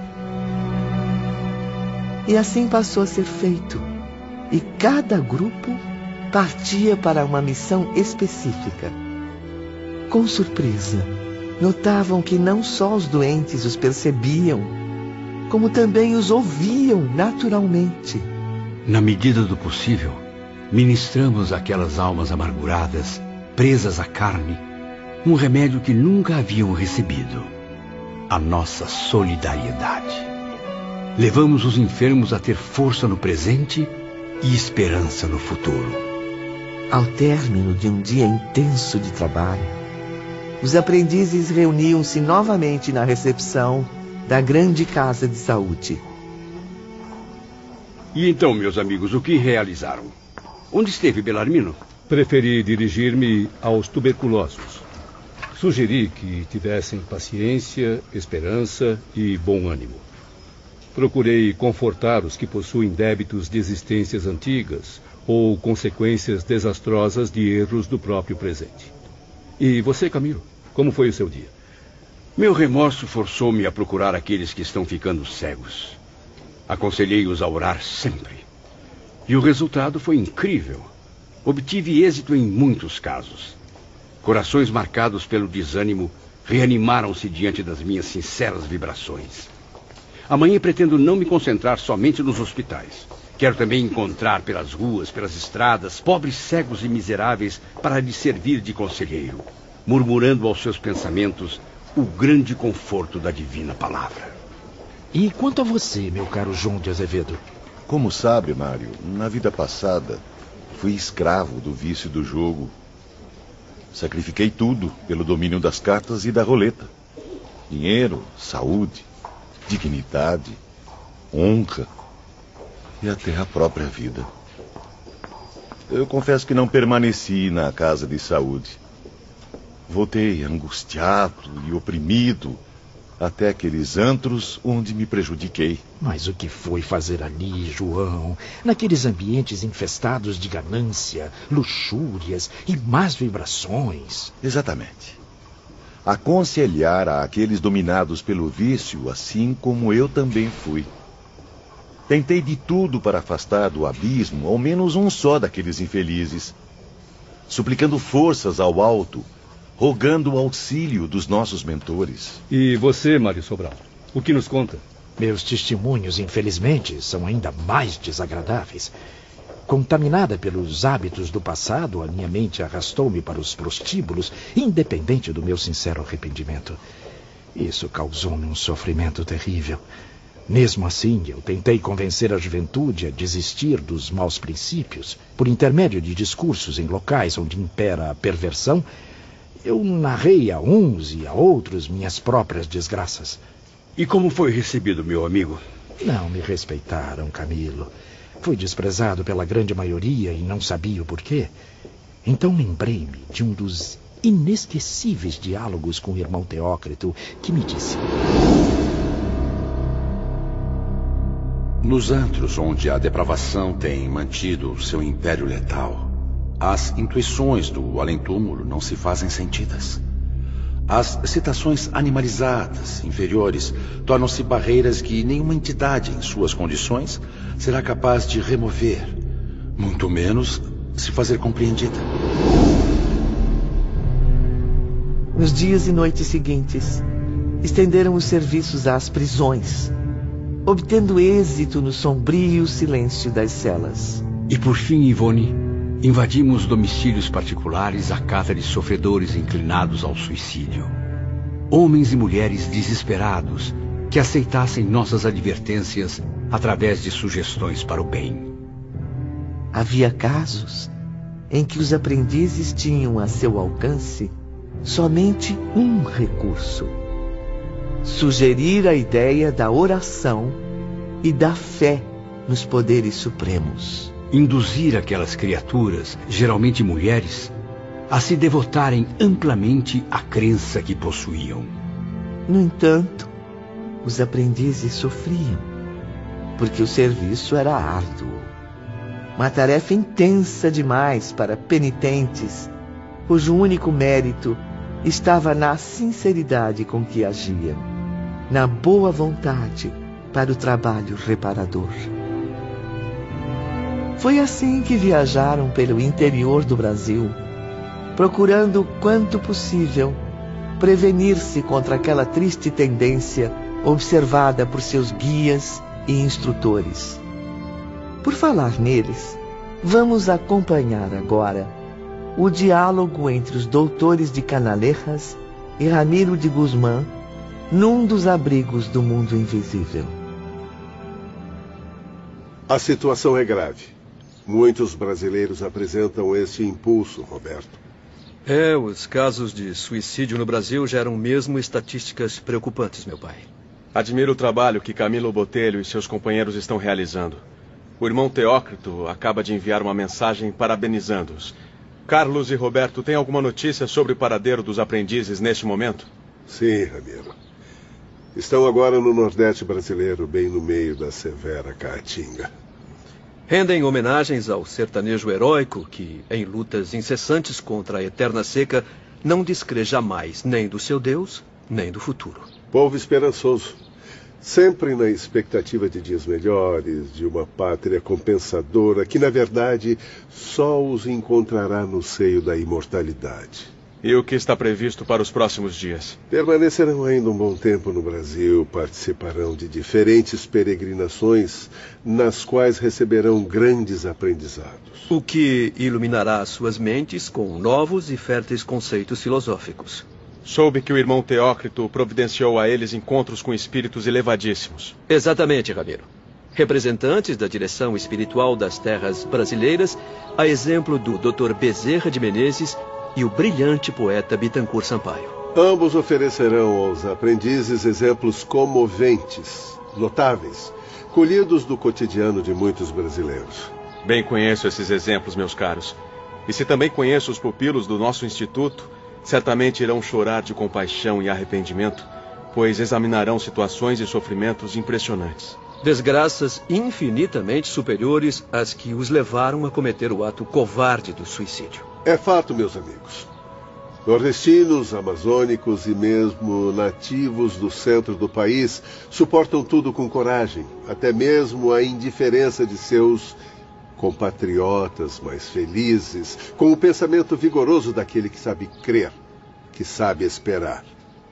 E assim passou a ser feito. E cada grupo partia para uma missão específica. Com surpresa, notavam que não só os doentes os percebiam, como também os ouviam naturalmente. Na medida do possível, ministramos àquelas almas amarguradas, presas à carne, um remédio que nunca haviam recebido: a nossa solidariedade. Levamos os enfermos a ter força no presente e esperança no futuro. Ao término de um dia intenso de trabalho, os aprendizes reuniam-se novamente na recepção da grande casa de saúde. E então, meus amigos, o que realizaram? Onde esteve Belarmino? Preferi dirigir-me aos tuberculosos. Sugeri que tivessem paciência, esperança e bom ânimo. Procurei confortar os que possuem débitos de existências antigas ou consequências desastrosas de erros do próprio presente. E você, Camilo, como foi o seu dia? Meu remorso forçou-me a procurar aqueles que estão ficando cegos. Aconselhei-os a orar sempre. E o resultado foi incrível. Obtive êxito em muitos casos. Corações marcados pelo desânimo reanimaram-se diante das minhas sinceras vibrações. Amanhã pretendo não me concentrar somente nos hospitais. Quero também encontrar pelas ruas, pelas estradas, pobres cegos e miseráveis para lhes servir de conselheiro, murmurando aos seus pensamentos o grande conforto da divina palavra. E quanto a você, meu caro João de Azevedo? Como sabe, Mário, na vida passada fui escravo do vício do jogo. Sacrifiquei tudo pelo domínio das cartas e da roleta. Dinheiro, saúde, dignidade, honra e até a própria vida. Eu confesso que não permaneci na casa de saúde. Voltei angustiado e oprimido até aqueles antros onde me prejudiquei. Mas o que foi fazer ali, João, naqueles ambientes infestados de ganância, luxúrias e más vibrações? Exatamente. Aconselhar a aqueles dominados pelo vício, assim como eu também fui. Tentei de tudo para afastar do abismo ao menos um só daqueles infelizes, suplicando forças ao alto, rogando o auxílio dos nossos mentores. E você, Mário Sobral, o que nos conta? Meus testemunhos, infelizmente, são ainda mais desagradáveis. Contaminada pelos hábitos do passado, a minha mente arrastou-me para os prostíbulos, independente do meu sincero arrependimento. Isso causou-me um sofrimento terrível. Mesmo assim, eu tentei convencer a juventude a desistir dos maus princípios. Por intermédio de discursos em locais onde impera a perversão, eu narrei a uns e a outros minhas próprias desgraças. E como foi recebido, meu amigo? Não me respeitaram, Camilo. Fui desprezado pela grande maioria e não sabia o porquê. Então lembrei-me de um dos inesquecíveis diálogos com o irmão Teócrito, que me disse: nos antros onde a depravação tem mantido seu império letal, as intuições do além-túmulo não se fazem sentidas. As citações animalizadas, inferiores, tornam-se barreiras que nenhuma entidade em suas condições será capaz de remover, muito menos se fazer compreendida. Nos dias e noites seguintes, estenderam os serviços às prisões, obtendo êxito no sombrio silêncio das celas. E por fim, Ivone, invadimos domicílios particulares à cata de sofredores inclinados ao suicídio. Homens e mulheres desesperados que aceitassem nossas advertências através de sugestões para o bem. Havia casos em que os aprendizes tinham a seu alcance somente um recurso: sugerir a ideia da oração e da fé nos poderes supremos. Induzir aquelas criaturas, geralmente mulheres, a se devotarem amplamente à crença que possuíam. No entanto, os aprendizes sofriam, porque o serviço era árduo. Uma tarefa intensa demais para penitentes, cujo único mérito estava na sinceridade com que agiam, na boa vontade para o trabalho reparador. Foi assim que viajaram pelo interior do Brasil, procurando, quanto possível, prevenir-se contra aquela triste tendência observada por seus guias e instrutores. Por falar neles, vamos acompanhar agora o diálogo entre os doutores de Canalejas e Ramiro de Guzmán num dos abrigos do mundo invisível. A situação é grave. Muitos brasileiros apresentam este impulso, Roberto. É, os casos de suicídio no Brasil geram mesmo estatísticas preocupantes, meu pai. Admiro o trabalho que Camilo Botelho e seus companheiros estão realizando. O irmão Teócrito acaba de enviar uma mensagem parabenizando-os. Carlos e Roberto, têm alguma notícia sobre o paradeiro dos aprendizes neste momento? Sim, Ramiro. Estão agora no Nordeste brasileiro, bem no meio da severa caatinga. Rendem homenagens ao sertanejo heróico que, em lutas incessantes contra a eterna seca, não descrê jamais nem do seu Deus, nem do futuro. Povo esperançoso, sempre na expectativa de dias melhores, de uma pátria compensadora que, na verdade, só os encontrará no seio da imortalidade. E o que está previsto para os próximos dias? Permanecerão ainda um bom tempo no Brasil, participarão de diferentes peregrinações, nas quais receberão grandes aprendizados. O que iluminará suas mentes com novos e férteis conceitos filosóficos. Soube que o irmão Teócrito providenciou a eles encontros com espíritos elevadíssimos. Exatamente, Ramiro. Representantes da direção espiritual das terras brasileiras, a exemplo do doutor Bezerra de Menezes e o brilhante poeta Bittencourt Sampaio. Ambos oferecerão aos aprendizes exemplos comoventes, notáveis, colhidos do cotidiano de muitos brasileiros. Bem conheço esses exemplos, meus caros. E se também conheço os pupilos do nosso instituto, certamente irão chorar de compaixão e arrependimento, pois examinarão situações e sofrimentos impressionantes. Desgraças infinitamente superiores às que os levaram a cometer o ato covarde do suicídio. É fato, meus amigos. Nordestinos, amazônicos e mesmo nativos do centro do país suportam tudo com coragem, até mesmo a indiferença de seus compatriotas mais felizes, com o pensamento vigoroso daquele que sabe crer, que sabe esperar.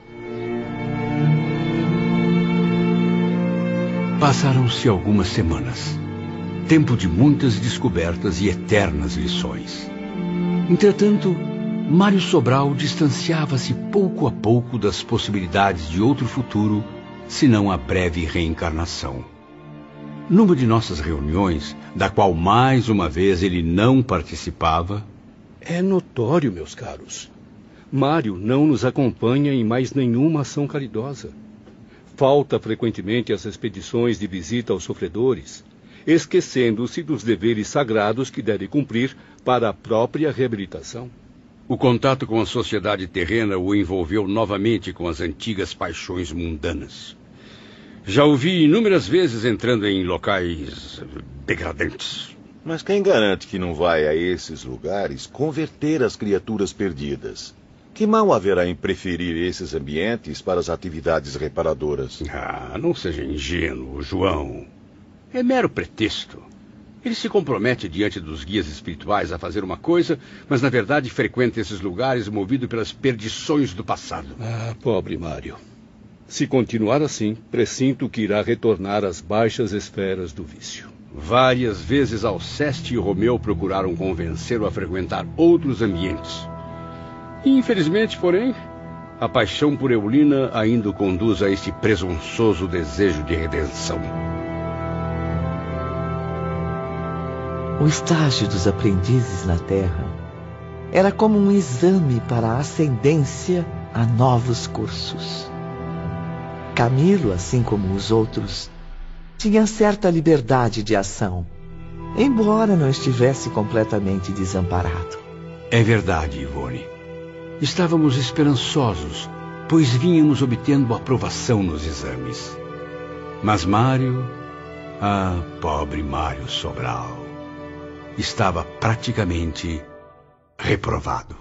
Passaram-se algumas semanas. Tempo de muitas descobertas e eternas lições. Entretanto, Mário Sobral distanciava-se pouco a pouco das possibilidades de outro futuro, senão a breve reencarnação. Numa de nossas reuniões, da qual mais uma vez ele não participava... É notório, meus caros. Mário não nos acompanha em mais nenhuma ação caridosa. Falta frequentemente às expedições de visita aos sofredores, esquecendo-se dos deveres sagrados que deve cumprir para a própria reabilitação. O contato com a sociedade terrena o envolveu novamente com as antigas paixões mundanas. Já o vi inúmeras vezes entrando em locais degradantes. Mas quem garante que não vai a esses lugares converter as criaturas perdidas? Que mal haverá em preferir esses ambientes para as atividades reparadoras? Ah, não seja ingênuo, João. É mero pretexto. Ele se compromete diante dos guias espirituais a fazer uma coisa, mas na verdade frequenta esses lugares movido pelas perdições do passado. Ah, pobre Mário. Se continuar assim, pressinto que irá retornar às baixas esferas do vício. Várias vezes Alceste e Romeu procuraram convencê-lo a frequentar outros ambientes. Infelizmente, porém, a paixão por Eulina ainda o conduz a este presunçoso desejo de redenção. O estágio dos aprendizes na Terra era como um exame para a ascendência a novos cursos. Camilo, assim como os outros, tinha certa liberdade de ação, embora não estivesse completamente desamparado. É verdade, Ivone. Estávamos esperançosos, pois vínhamos obtendo aprovação nos exames. Mas Mário, ah, pobre Mário Sobral, estava praticamente reprovado.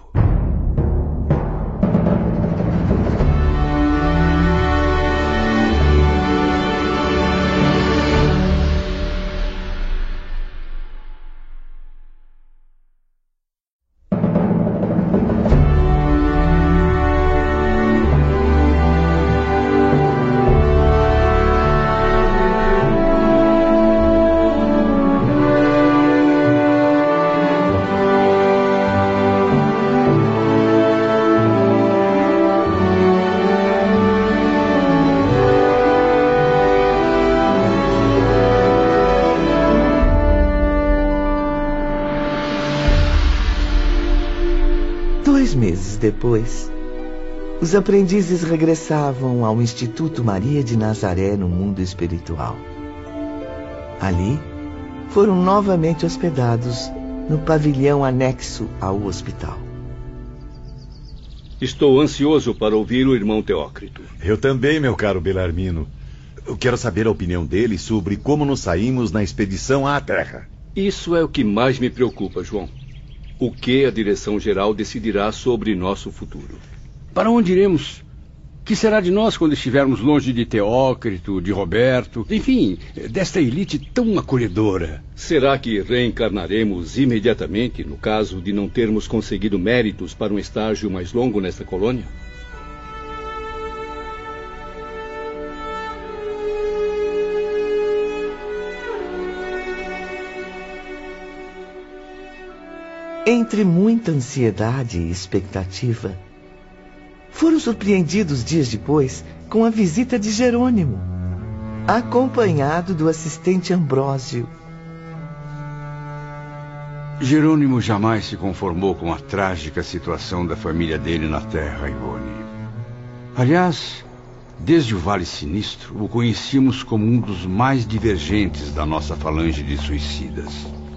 Dois meses depois, os aprendizes regressavam ao Instituto Maria de Nazaré no mundo espiritual. Ali, foram novamente hospedados no pavilhão anexo ao hospital. Estou ansioso para ouvir o irmão Teócrito. Eu também, meu caro Belarmino. Eu quero saber a opinião dele sobre como nos saímos na expedição à Terra. Isso é o que mais me preocupa, João. O que a direção-geral decidirá sobre nosso futuro? Para onde iremos? Que será de nós quando estivermos longe de Teócrito, de Roberto, enfim, desta elite tão acolhedora? Será que reencarnaremos imediatamente no caso de não termos conseguido méritos para um estágio mais longo nesta colônia? Entre muita ansiedade e expectativa, foram surpreendidos dias depois com a visita de Jerônimo, acompanhado do assistente Ambrósio. Jerônimo jamais se conformou com a trágica situação da família dele na Terra, Ivone. Aliás, desde o Vale Sinistro, o conhecíamos como um dos mais divergentes da nossa falange de suicidas.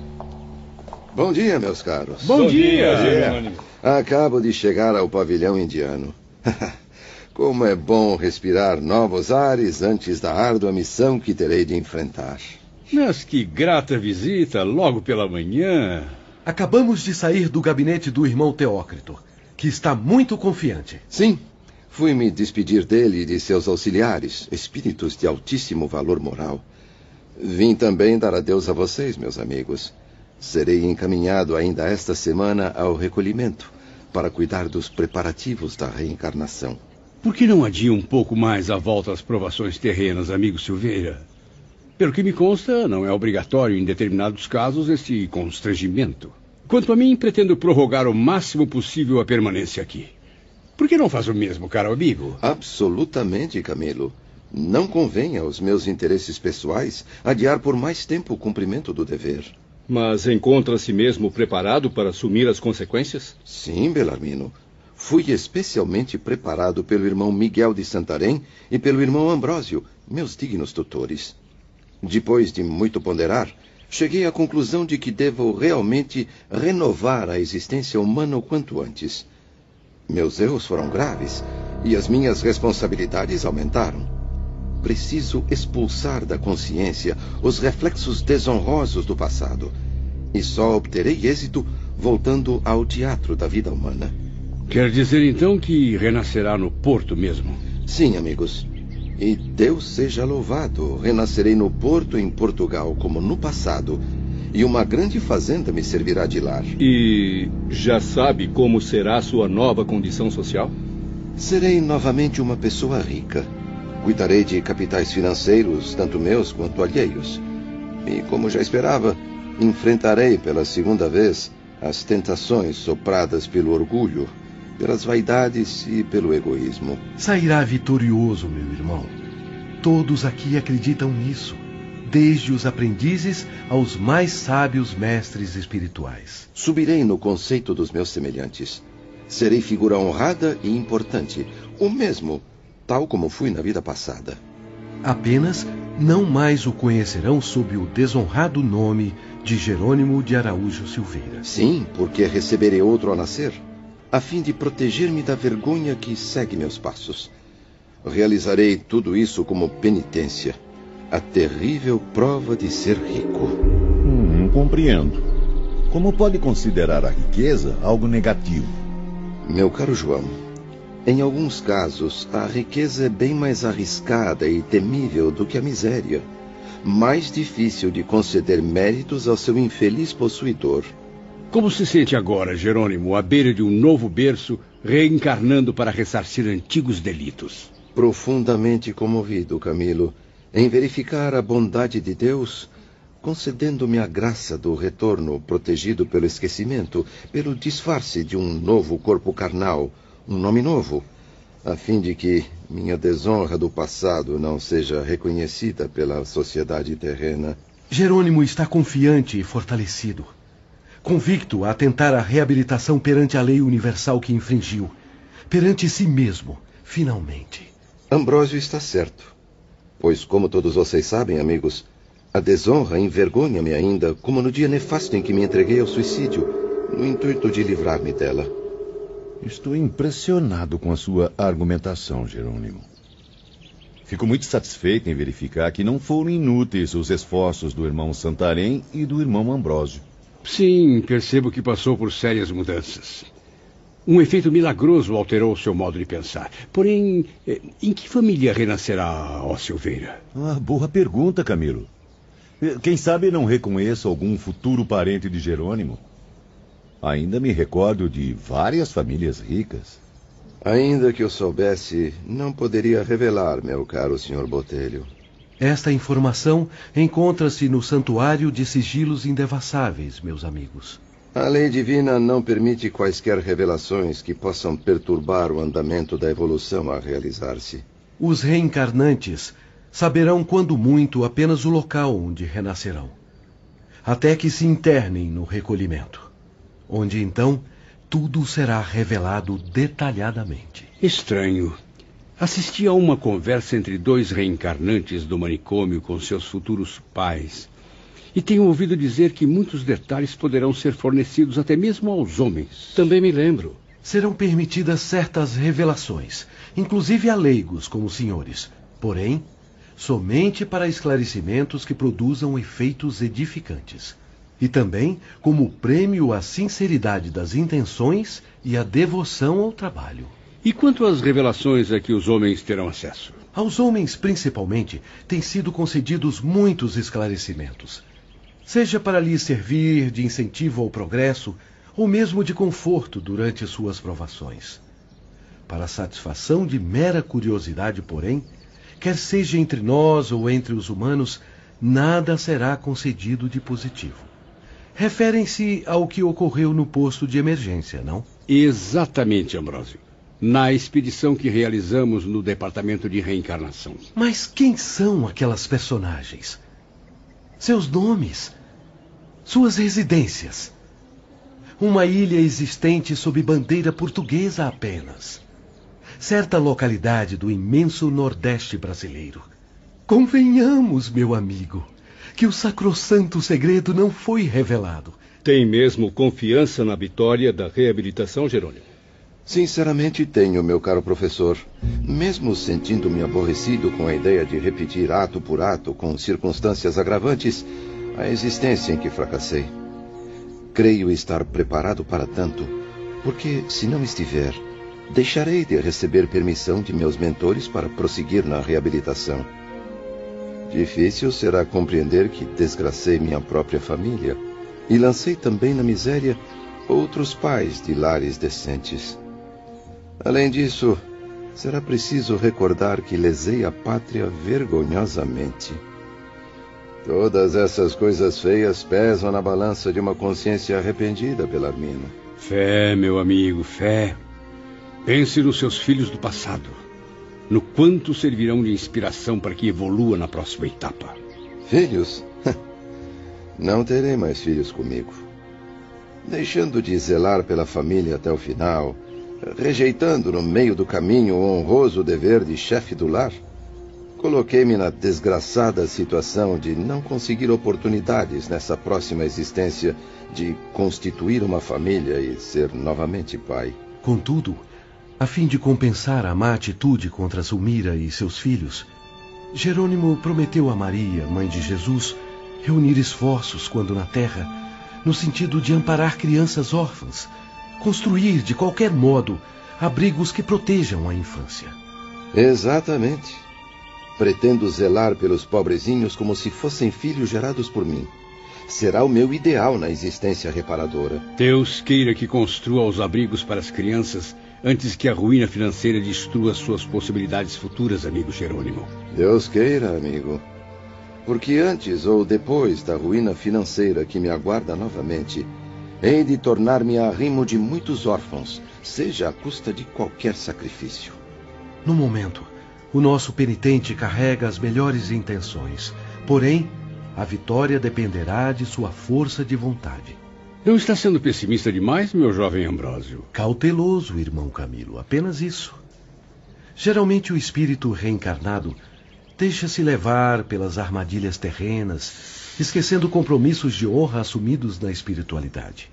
Bom dia, meus caros. Bom, Bom dia, Jerônimo. Acabo de chegar ao pavilhão indiano. Como é bom respirar novos ares antes da árdua missão que terei de enfrentar. Mas que grata visita, logo pela manhã. Acabamos de sair do gabinete do irmão Teócrito, que está muito confiante. Sim, fui me despedir dele e de seus auxiliares, espíritos de altíssimo valor moral. Vim também dar adeus a vocês, meus amigos. Serei encaminhado ainda esta semana ao recolhimento para cuidar dos preparativos da reencarnação. Por que não adia um pouco mais a volta às provações terrenas, amigo Silveira? Pelo que me consta, não é obrigatório em determinados casos este constrangimento. Quanto a mim, pretendo prorrogar o máximo possível a permanência aqui. Por que não faz o mesmo, caro amigo? Absolutamente, Camilo. Não convém aos meus interesses pessoais adiar por mais tempo o cumprimento do dever. Mas encontra-se mesmo preparado para assumir as consequências? Sim, Belarmino. Fui especialmente preparado pelo irmão Miguel de Santarém e pelo irmão Ambrósio, meus dignos tutores. Depois de muito ponderar, cheguei à conclusão de que devo realmente renovar a existência humana o quanto antes. Meus erros foram graves e as minhas responsabilidades aumentaram. Preciso expulsar da consciência os reflexos desonrosos do passado. E só obterei êxito voltando ao teatro da vida humana. Quer dizer, então, que renascerá no Porto mesmo? Sim, amigos. E Deus seja louvado, renascerei no Porto, em Portugal, como no passado. E uma grande fazenda me servirá de lar. E já sabe como será sua nova condição social? Serei novamente uma pessoa rica. Cuidarei de capitais financeiros, tanto meus quanto alheios. E, como já esperava, enfrentarei pela segunda vez as tentações sopradas pelo orgulho, pelas vaidades e pelo egoísmo. Sairá vitorioso, meu irmão. Todos aqui acreditam nisso, desde os aprendizes aos mais sábios mestres espirituais. Subirei no conceito dos meus semelhantes. Serei figura honrada e importante, o mesmo, tal como fui na vida passada. Apenas não mais o conhecerão sob o desonrado nome de Jerônimo de Araújo Silveira. Sim, porque receberei outro ao nascer, a fim de proteger-me da vergonha que segue meus passos. Realizarei tudo isso como penitência, a terrível prova de ser rico. Hum, compreendo. Como pode considerar a riqueza algo negativo? Meu caro João, em alguns casos, a riqueza é bem mais arriscada e temível do que a miséria. Mais difícil de conceder méritos ao seu infeliz possuidor. Como se sente agora, Jerônimo, à beira de um novo berço, reencarnando para ressarcir antigos delitos? Profundamente comovido, Camilo, em verificar a bondade de Deus, concedendo-me a graça do retorno protegido pelo esquecimento, pelo disfarce de um novo corpo carnal, um nome novo, a fim de que minha desonra do passado não seja reconhecida pela sociedade terrena. Jerônimo está confiante e fortalecido, convicto a tentar a reabilitação perante a lei universal que infringiu, perante si mesmo, finalmente. Ambrósio está certo, pois, como todos vocês sabem, amigos, a desonra envergonha-me ainda, como no dia nefasto em que me entreguei ao suicídio, no intuito de livrar-me dela. Estou impressionado com a sua argumentação, Jerônimo. Fico muito satisfeito em verificar que não foram inúteis os esforços do irmão Santarém e do irmão Ambrósio. Sim, percebo que passou por sérias mudanças. Um efeito milagroso alterou seu modo de pensar. Porém, em que família renascerá, ó Silveira? Ah, boa pergunta, Camilo. Quem sabe não reconheço algum futuro parente de Jerônimo? Ainda me recordo de várias famílias ricas. Ainda que eu soubesse, não poderia revelar, meu caro senhor Botelho. Esta informação encontra-se no Santuário de Sigilos Indevassáveis, meus amigos. A lei divina não permite quaisquer revelações que possam perturbar o andamento da evolução a realizar-se. Os reencarnantes saberão quando muito apenas o local onde renascerão, até que se internem no recolhimento, onde então tudo será revelado detalhadamente. Estranho. Assisti a uma conversa entre dois reencarnantes do manicômio com seus futuros pais. E tenho ouvido dizer que muitos detalhes poderão ser fornecidos até mesmo aos homens. Também me lembro. Serão permitidas certas revelações, inclusive a leigos como os senhores. Porém, somente para esclarecimentos que produzam efeitos edificantes. E também como prêmio à sinceridade das intenções e à devoção ao trabalho. E quanto às revelações a que os homens terão acesso? Aos homens, principalmente, têm sido concedidos muitos esclarecimentos. Seja para lhes servir de incentivo ao progresso, ou mesmo de conforto durante suas provações. Para a satisfação de mera curiosidade, porém, quer seja entre nós ou entre os humanos, nada será concedido de positivo. Referem-se ao que ocorreu no posto de emergência, não? Exatamente, Ambrósio. Na expedição que realizamos no Departamento de Reencarnação. Mas quem são aquelas personagens? Seus nomes? Suas residências? Uma ilha existente sob bandeira portuguesa apenas. Certa localidade do imenso Nordeste brasileiro. Convenhamos, meu amigo, que o sacrossanto segredo não foi revelado. Tem mesmo confiança na vitória da reabilitação, Jerônimo? Sinceramente tenho, meu caro professor. Mesmo sentindo-me aborrecido com a ideia de repetir ato por ato, com circunstâncias agravantes, a existência em que fracassei. Creio estar preparado para tanto, porque, se não estiver, deixarei de receber permissão de meus mentores para prosseguir na reabilitação. Difícil será compreender que desgracei minha própria família e lancei também na miséria outros pais de lares decentes. Além disso, será preciso recordar que lesei a pátria vergonhosamente. Todas essas coisas feias pesam na balança de uma consciência arrependida, Belarmino. Fé, meu amigo, fé. Pense nos seus filhos do passado. No quanto servirão de inspiração para que evolua na próxima etapa. Filhos? Não terei mais filhos comigo. Deixando de zelar pela família até o final, rejeitando no meio do caminho o honroso dever de chefe do lar, coloquei-me na desgraçada situação de não conseguir oportunidades nessa próxima existência de constituir uma família e ser novamente pai. Contudo, a fim de compensar a má atitude contra Zulmira e seus filhos, Jerônimo prometeu a Maria, mãe de Jesus, reunir esforços quando na terra, no sentido de amparar crianças órfãs, construir de qualquer modo abrigos que protejam a infância. Exatamente. Pretendo zelar pelos pobrezinhos como se fossem filhos gerados por mim. Será o meu ideal na existência reparadora. Deus queira que construa os abrigos para as crianças antes que a ruína financeira destrua suas possibilidades futuras, amigo Jerônimo. Deus queira, amigo. Porque antes ou depois da ruína financeira que me aguarda novamente, hei de tornar-me arrimo de muitos órfãos, seja à custa de qualquer sacrifício. No momento, o nosso penitente carrega as melhores intenções, porém, a vitória dependerá de sua força de vontade. Não está sendo pessimista demais, meu jovem Ambrósio? Cauteloso, irmão Camilo, apenas isso. Geralmente o espírito reencarnado deixa-se levar pelas armadilhas terrenas, esquecendo compromissos de honra assumidos na espiritualidade.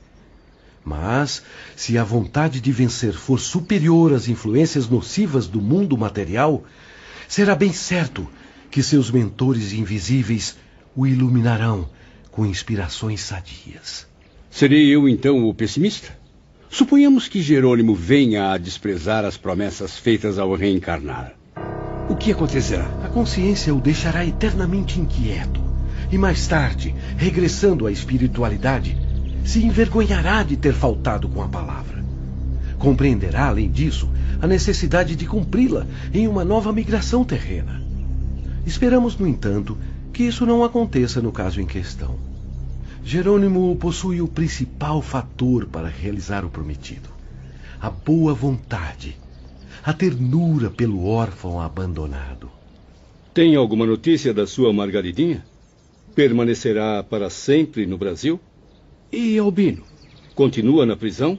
Mas, se a vontade de vencer for superior às influências nocivas do mundo material, será bem certo que seus mentores invisíveis o iluminarão com inspirações sadias. Serei eu, então, o pessimista? Suponhamos que Jerônimo venha a desprezar as promessas feitas ao reencarnar. O que acontecerá? A consciência o deixará eternamente inquieto. E mais tarde, regressando à espiritualidade, se envergonhará de ter faltado com a palavra. Compreenderá, além disso, a necessidade de cumpri-la em uma nova migração terrena. Esperamos, no entanto, que isso não aconteça no caso em questão. Jerônimo possui o principal fator para realizar o prometido: a boa vontade, a ternura pelo órfão abandonado. Tem alguma notícia da sua Margaridinha? Permanecerá para sempre no Brasil? E Albino? Continua na prisão?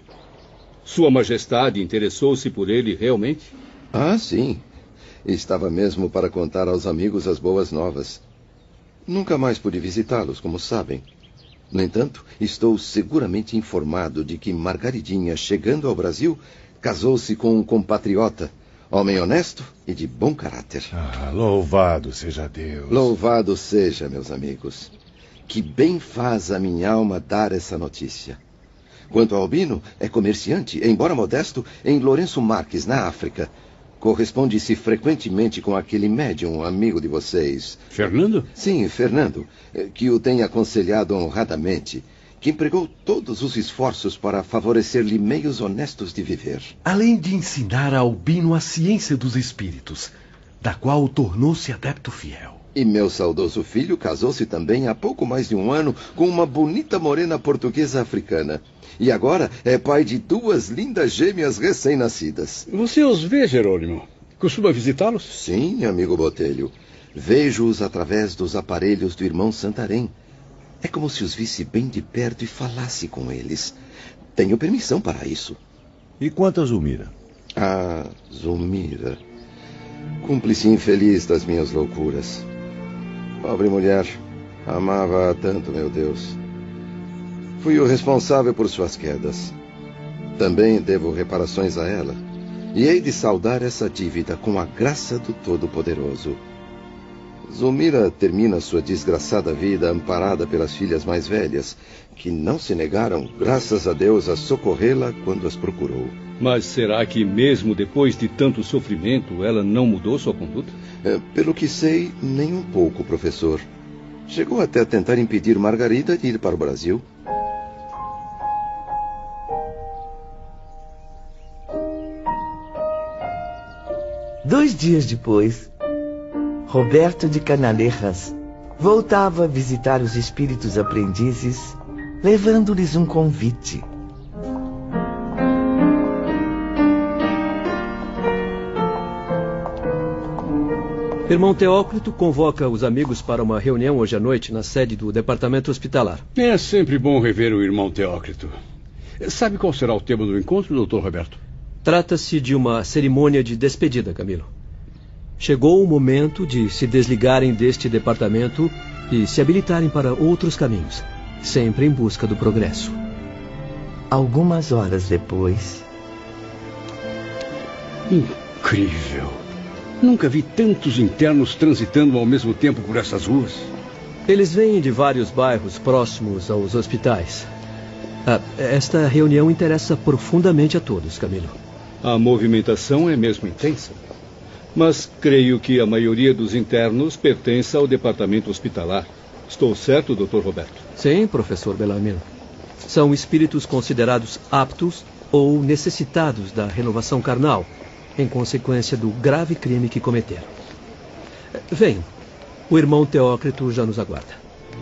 Sua Majestade interessou-se por ele realmente? Ah, sim. Estava mesmo para contar aos amigos as boas novas. Nunca mais pude visitá-los, como sabem. No entanto, estou seguramente informado de que Margaridinha, chegando ao Brasil, casou-se com um compatriota, homem honesto e de bom caráter. Ah, louvado seja Deus. Louvado seja, meus amigos. Que bem faz a minha alma dar essa notícia. Quanto ao Albino, é comerciante, embora modesto, em Lourenço Marques, na África. Corresponde-se frequentemente com aquele médium amigo de vocês. Fernando? Sim, Fernando, que o tem aconselhado honradamente, que empregou todos os esforços para favorecer-lhe meios honestos de viver. Além de ensinar a Albino a ciência dos espíritos, da qual tornou-se adepto fiel. E meu saudoso filho casou-se também há pouco mais de um ano com uma bonita morena portuguesa africana. E agora é pai de duas lindas gêmeas recém-nascidas. Você os vê, Jerônimo? Costuma visitá-los? Sim, amigo Botelho. Vejo-os através dos aparelhos do irmão Santarém. É como se os visse bem de perto e falasse com eles. Tenho permissão para isso. E quanto a Zulmira? Ah, Zulmira. Cúmplice infeliz das minhas loucuras. Pobre mulher. Amava-a tanto, meu Deus. Fui o responsável por suas quedas. Também devo reparações a ela. E hei de saldar essa dívida com a graça do Todo-Poderoso. Zulmira termina sua desgraçada vida amparada pelas filhas mais velhas, que não se negaram, graças a Deus, a socorrê-la quando as procurou. Mas será que mesmo depois de tanto sofrimento, ela não mudou sua conduta? É, pelo que sei, nem um pouco, professor. Chegou até a tentar impedir Margarida de ir para o Brasil. Dois dias depois, Roberto de Canalejas voltava a visitar os espíritos aprendizes, levando-lhes um convite. Irmão Teócrito convoca os amigos para uma reunião hoje à noite na sede do departamento hospitalar. É sempre bom rever o irmão Teócrito. Sabe qual será o tema do encontro, doutor Roberto? Trata-se de uma cerimônia de despedida, Camilo. Chegou o momento de se desligarem deste departamento e se habilitarem para outros caminhos, sempre em busca do progresso. Algumas horas depois... Incrível! Nunca vi tantos internos transitando ao mesmo tempo por essas ruas. Eles vêm de vários bairros próximos aos hospitais. Ah, esta reunião interessa profundamente a todos, Camilo. A movimentação é mesmo intensa. Mas creio que a maioria dos internos pertence ao departamento hospitalar. Estou certo, doutor Roberto? Sim, professor Bellarmino. São espíritos considerados aptos ou necessitados da renovação carnal, em consequência do grave crime que cometeram. Venham, o irmão Teócrito já nos aguarda.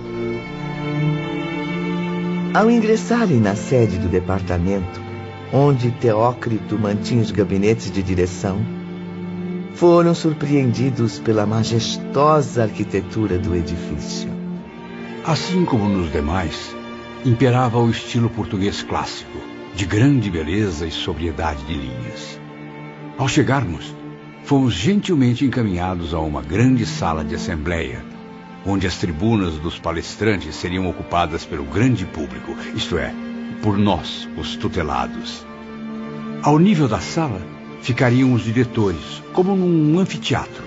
Ao ingressarem na sede do departamento, onde Teócrito mantinha os gabinetes de direção, foram surpreendidos pela majestosa arquitetura do edifício. Assim como nos demais, imperava o estilo português clássico, de grande beleza e sobriedade de linhas. Ao chegarmos, fomos gentilmente encaminhados a uma grande sala de assembleia, onde as tribunas dos palestrantes seriam ocupadas pelo grande público, isto é, por nós, os tutelados. Ao nível da sala, ficariam os diretores, como num anfiteatro.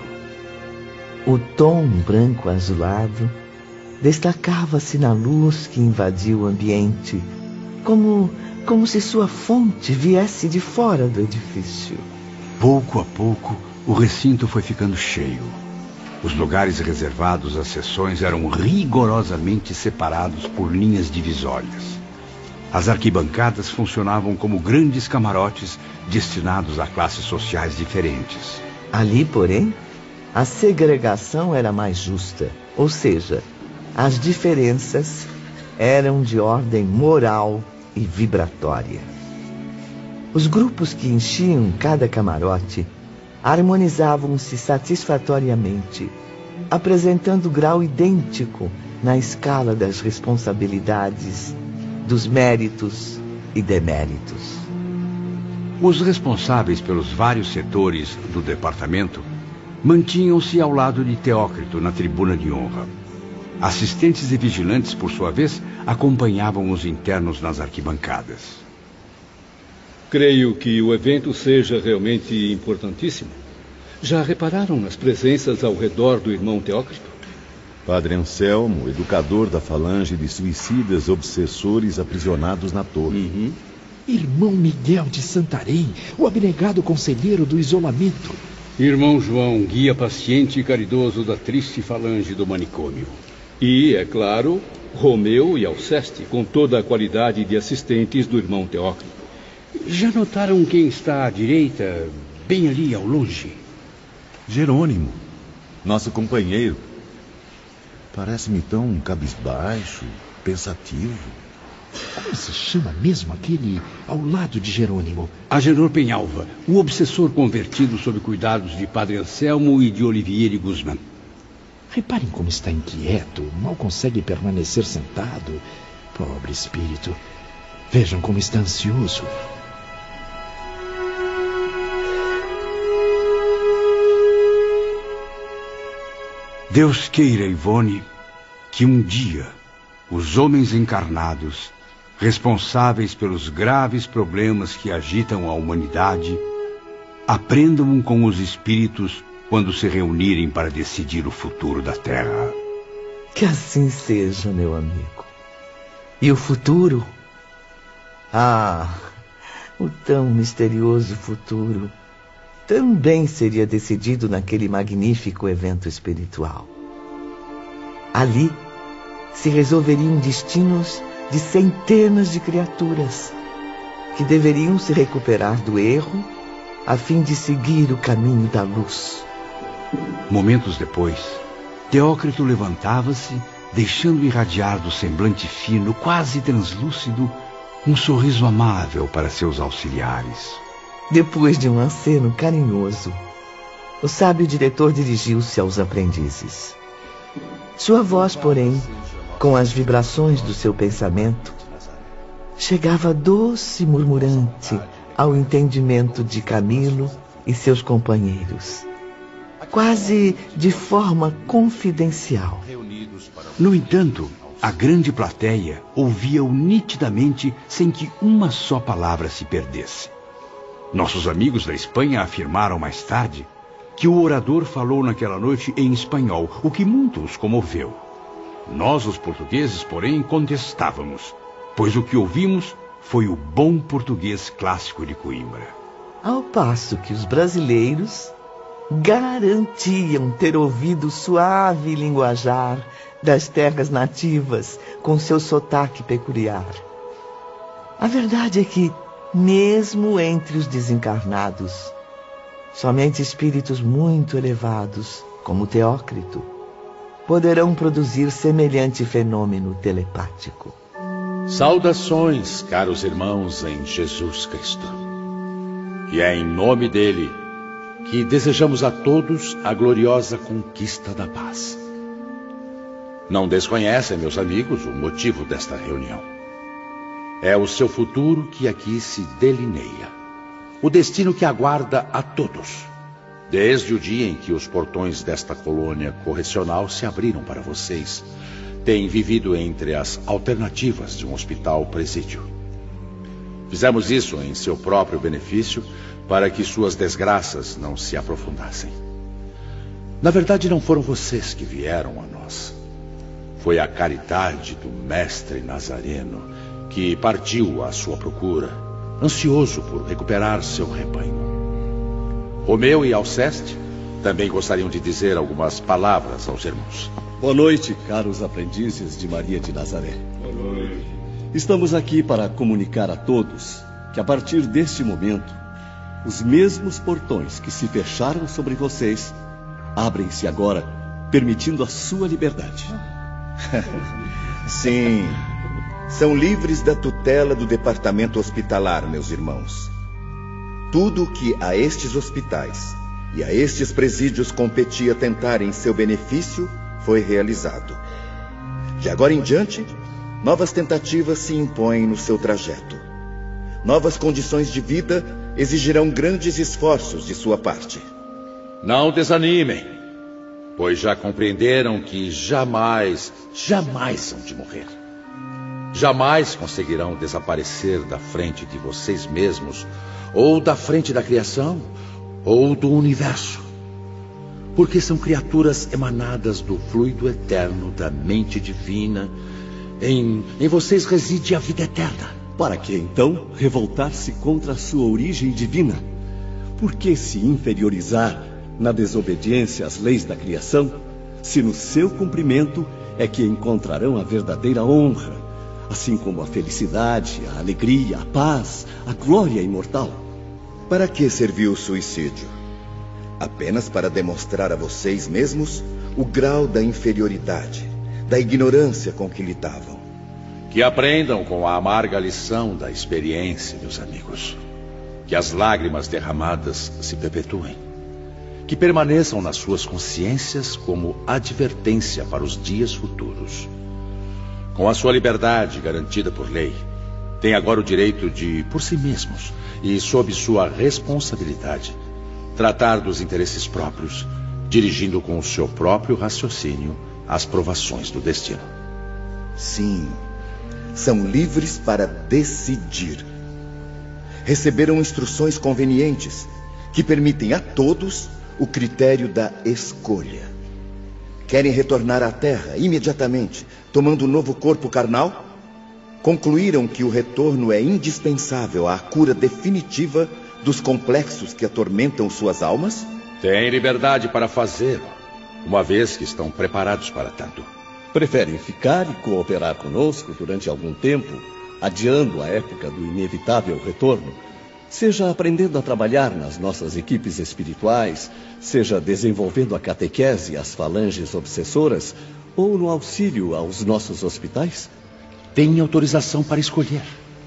O tom branco azulado destacava-se na luz que invadiu o ambiente, como, como se sua fonte viesse de fora do edifício. Pouco a pouco, o recinto foi ficando cheio. Os lugares reservados às sessões eram rigorosamente separados por linhas divisórias. As arquibancadas funcionavam como grandes camarotes destinados a classes sociais diferentes. Ali, porém, a segregação era mais justa, ou seja, as diferenças eram de ordem moral e vibratória. Os grupos que enchiam cada camarote harmonizavam-se satisfatoriamente, apresentando grau idêntico na escala das responsabilidades, dos méritos e deméritos. Os responsáveis pelos vários setores do departamento mantinham-se ao lado de Teócrito na tribuna de honra. Assistentes e vigilantes, por sua vez, acompanhavam os internos nas arquibancadas. Creio que o evento seja realmente importantíssimo. Já repararam nas presenças ao redor do irmão Teócrito? Padre Anselmo, educador da falange de suicidas obsessores aprisionados na torre. Uhum. Irmão Miguel de Santarém, o abnegado conselheiro do isolamento. Irmão João, guia paciente e caridoso da triste falange do manicômio. E, é claro, Romeu e Alceste, com toda a qualidade de assistentes do irmão Teócrito. Já notaram quem está à direita, bem ali ao longe? Jerônimo, nosso companheiro. Parece-me tão cabisbaixo, pensativo. Como se chama mesmo aquele ao lado de Jerônimo? Agenor Penhalva, o obsessor convertido sob cuidados de Padre Anselmo e de Olivieri Guzmán. Reparem como está inquieto, mal consegue permanecer sentado. Pobre espírito. Vejam como está ansioso. Deus queira, Ivone, que um dia os homens encarnados, responsáveis pelos graves problemas que agitam a humanidade, aprendam com os espíritos quando se reunirem para decidir o futuro da Terra. Que assim seja, meu amigo. E o futuro? Ah, o tão misterioso futuro também seria decidido naquele magnífico evento espiritual. Ali se resolveriam destinos de centenas de criaturas que deveriam se recuperar do erro a fim de seguir o caminho da luz. Momentos depois, Teócrito levantava-se, deixando irradiar do semblante fino, quase translúcido, um sorriso amável para seus auxiliares. Depois de um aceno carinhoso, o sábio diretor dirigiu-se aos aprendizes. Sua voz, porém, com as vibrações do seu pensamento, chegava doce e murmurante ao entendimento de Camilo e seus companheiros, quase de forma confidencial. No entanto, a grande plateia ouvia-o nitidamente sem que uma só palavra se perdesse. Nossos amigos da Espanha afirmaram mais tarde que o orador falou naquela noite em espanhol, o que muito os comoveu. Nós, os portugueses, porém, contestávamos, pois o que ouvimos foi o bom português clássico de Coimbra. Ao passo que os brasileiros garantiam ter ouvido o suave linguajar das terras nativas com seu sotaque peculiar. A verdade é que, mesmo entre os desencarnados, somente espíritos muito elevados, como Teócrito, poderão produzir semelhante fenômeno telepático. Saudações, caros irmãos em Jesus Cristo. E é em nome dele que desejamos a todos a gloriosa conquista da paz. Não desconhecem, meus amigos, o motivo desta reunião. É o seu futuro que aqui se delineia. O destino que aguarda a todos. Desde o dia em que os portões desta colônia correcional se abriram para vocês, têm vivido entre as alternativas de um hospital-presídio. Fizemos isso em seu próprio benefício, para que suas desgraças não se aprofundassem. Na verdade, não foram vocês que vieram a nós. Foi a caridade do Mestre Nazareno que partiu à sua procura, ansioso por recuperar seu rebanho. Romeu e Alceste também gostariam de dizer algumas palavras aos irmãos. Boa noite, caros aprendizes de Maria de Nazaré. Boa noite. Estamos aqui para comunicar a todos que, a partir deste momento, os mesmos portões que se fecharam sobre vocês abrem-se agora, permitindo a sua liberdade. Sim, são livres da tutela do departamento hospitalar, meus irmãos. Tudo o que a estes hospitais e a estes presídios competia tentar em seu benefício foi realizado. De agora em diante, novas tentativas se impõem no seu trajeto. Novas condições de vida exigirão grandes esforços de sua parte. Não desanimem, pois já compreenderam que jamais, jamais hão de morrer. Jamais conseguirão desaparecer da frente de vocês mesmos, ou da frente da criação, ou do universo. Porque são criaturas emanadas do fluido eterno da mente divina. Em, em vocês reside a vida eterna. Para que então revoltar-se contra a sua origem divina? Por que se inferiorizar na desobediência às leis da criação, se no seu cumprimento é que encontrarão a verdadeira honra, assim como a felicidade, a alegria, a paz, a glória imortal? Para que serviu o suicídio? Apenas para demonstrar a vocês mesmos o grau da inferioridade, da ignorância com que lidavam. Que aprendam com a amarga lição da experiência, meus amigos. Que as lágrimas derramadas se perpetuem. Que permaneçam nas suas consciências como advertência para os dias futuros. Com a sua liberdade garantida por lei, têm agora o direito de, por si mesmos e sob sua responsabilidade, tratar dos interesses próprios, dirigindo com o seu próprio raciocínio as provações do destino. Sim, são livres para decidir. Receberam instruções convenientes que permitem a todos o critério da escolha. Querem retornar à Terra imediatamente, tomando um novo corpo carnal? Concluíram que o retorno é indispensável à cura definitiva dos complexos que atormentam suas almas? Têm liberdade para fazê-lo, uma vez que estão preparados para tanto. Preferem ficar e cooperar conosco durante algum tempo, adiando a época do inevitável retorno, seja aprendendo a trabalhar nas nossas equipes espirituais, seja desenvolvendo a catequese às falanges obsessoras, ou no auxílio aos nossos hospitais? Tem autorização para escolher.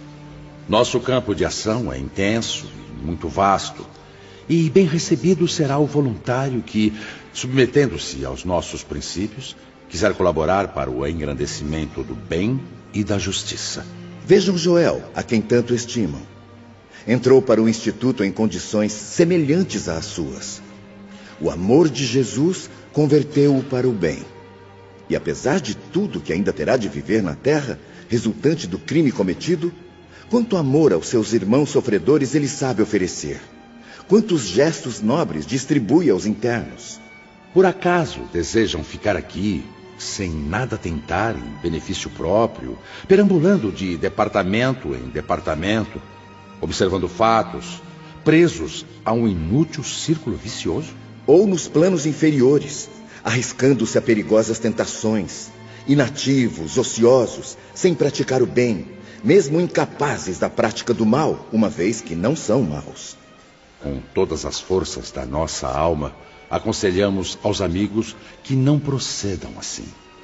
Nosso campo de ação é intenso e muito vasto, e bem recebido será o voluntário que, submetendo-se aos nossos princípios, quiser colaborar para o engrandecimento do bem e da justiça. Vejam Joel, a quem tanto estimam. Entrou para o Instituto em condições semelhantes às suas. O amor de Jesus converteu-o para o bem. E apesar de tudo que ainda terá de viver na terra, resultante do crime cometido, quanto amor aos seus irmãos sofredores ele sabe oferecer. Quantos gestos nobres distribui aos internos. Por acaso desejam ficar aqui, sem nada tentar em benefício próprio, perambulando de departamento em departamento, observando fatos, presos a um inútil círculo vicioso? Ou nos planos inferiores, arriscando-se a perigosas tentações, inativos, ociosos, sem praticar o bem, mesmo incapazes da prática do mal, uma vez que não são maus. Com todas as forças da nossa alma, aconselhamos aos amigos que não procedam assim.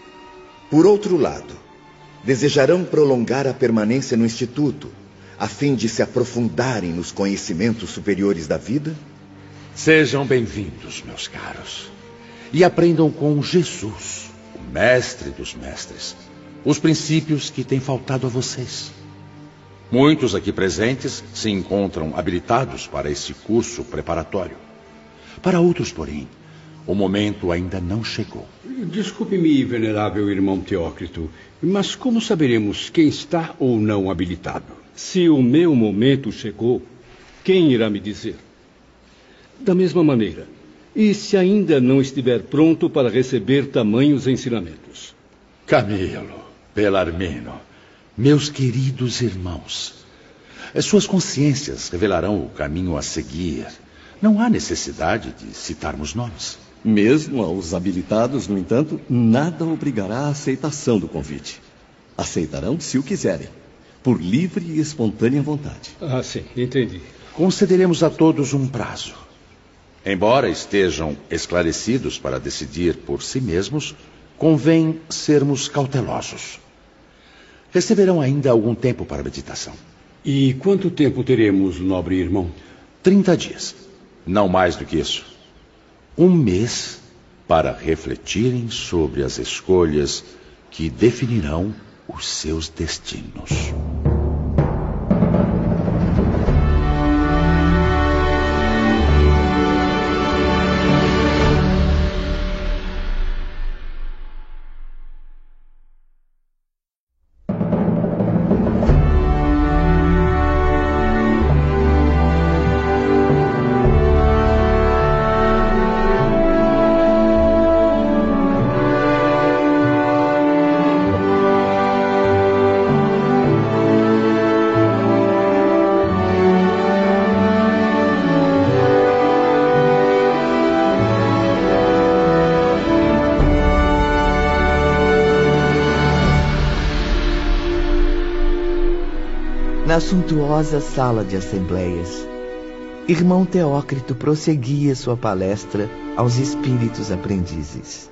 Por outro lado, desejarão prolongar a permanência no Instituto, a fim de se aprofundarem nos conhecimentos superiores da vida? Sejam bem-vindos, meus caros, e aprendam com Jesus, o mestre dos mestres, os princípios que têm faltado a vocês. Muitos aqui presentes se encontram habilitados para esse curso preparatório. Para outros, porém, o momento ainda não chegou. Desculpe-me, venerável irmão Teócrito, mas como saberemos quem está ou não habilitado? Se o meu momento chegou, quem irá me dizer? Da mesma maneira, e se ainda não estiver pronto para receber tamanhos ensinamentos? Camilo, Belarmino, meus queridos irmãos, suas consciências revelarão o caminho a seguir. Não há necessidade de citarmos nomes. Mesmo aos habilitados, no entanto, nada obrigará à aceitação do convite. Aceitarão se o quiserem, por livre e espontânea vontade. Ah, sim, entendi. Concederemos a todos um prazo. Embora estejam esclarecidos para decidir por si mesmos, convém sermos cautelosos. Receberão ainda algum tempo para meditação. E quanto tempo teremos, nobre irmão? Trinta dias. Não mais do que isso. Um mês para refletirem sobre as escolhas que definirão os seus destinos. Na suntuosa sala de assembleias, irmão Teócrito prosseguia sua palestra aos espíritos aprendizes.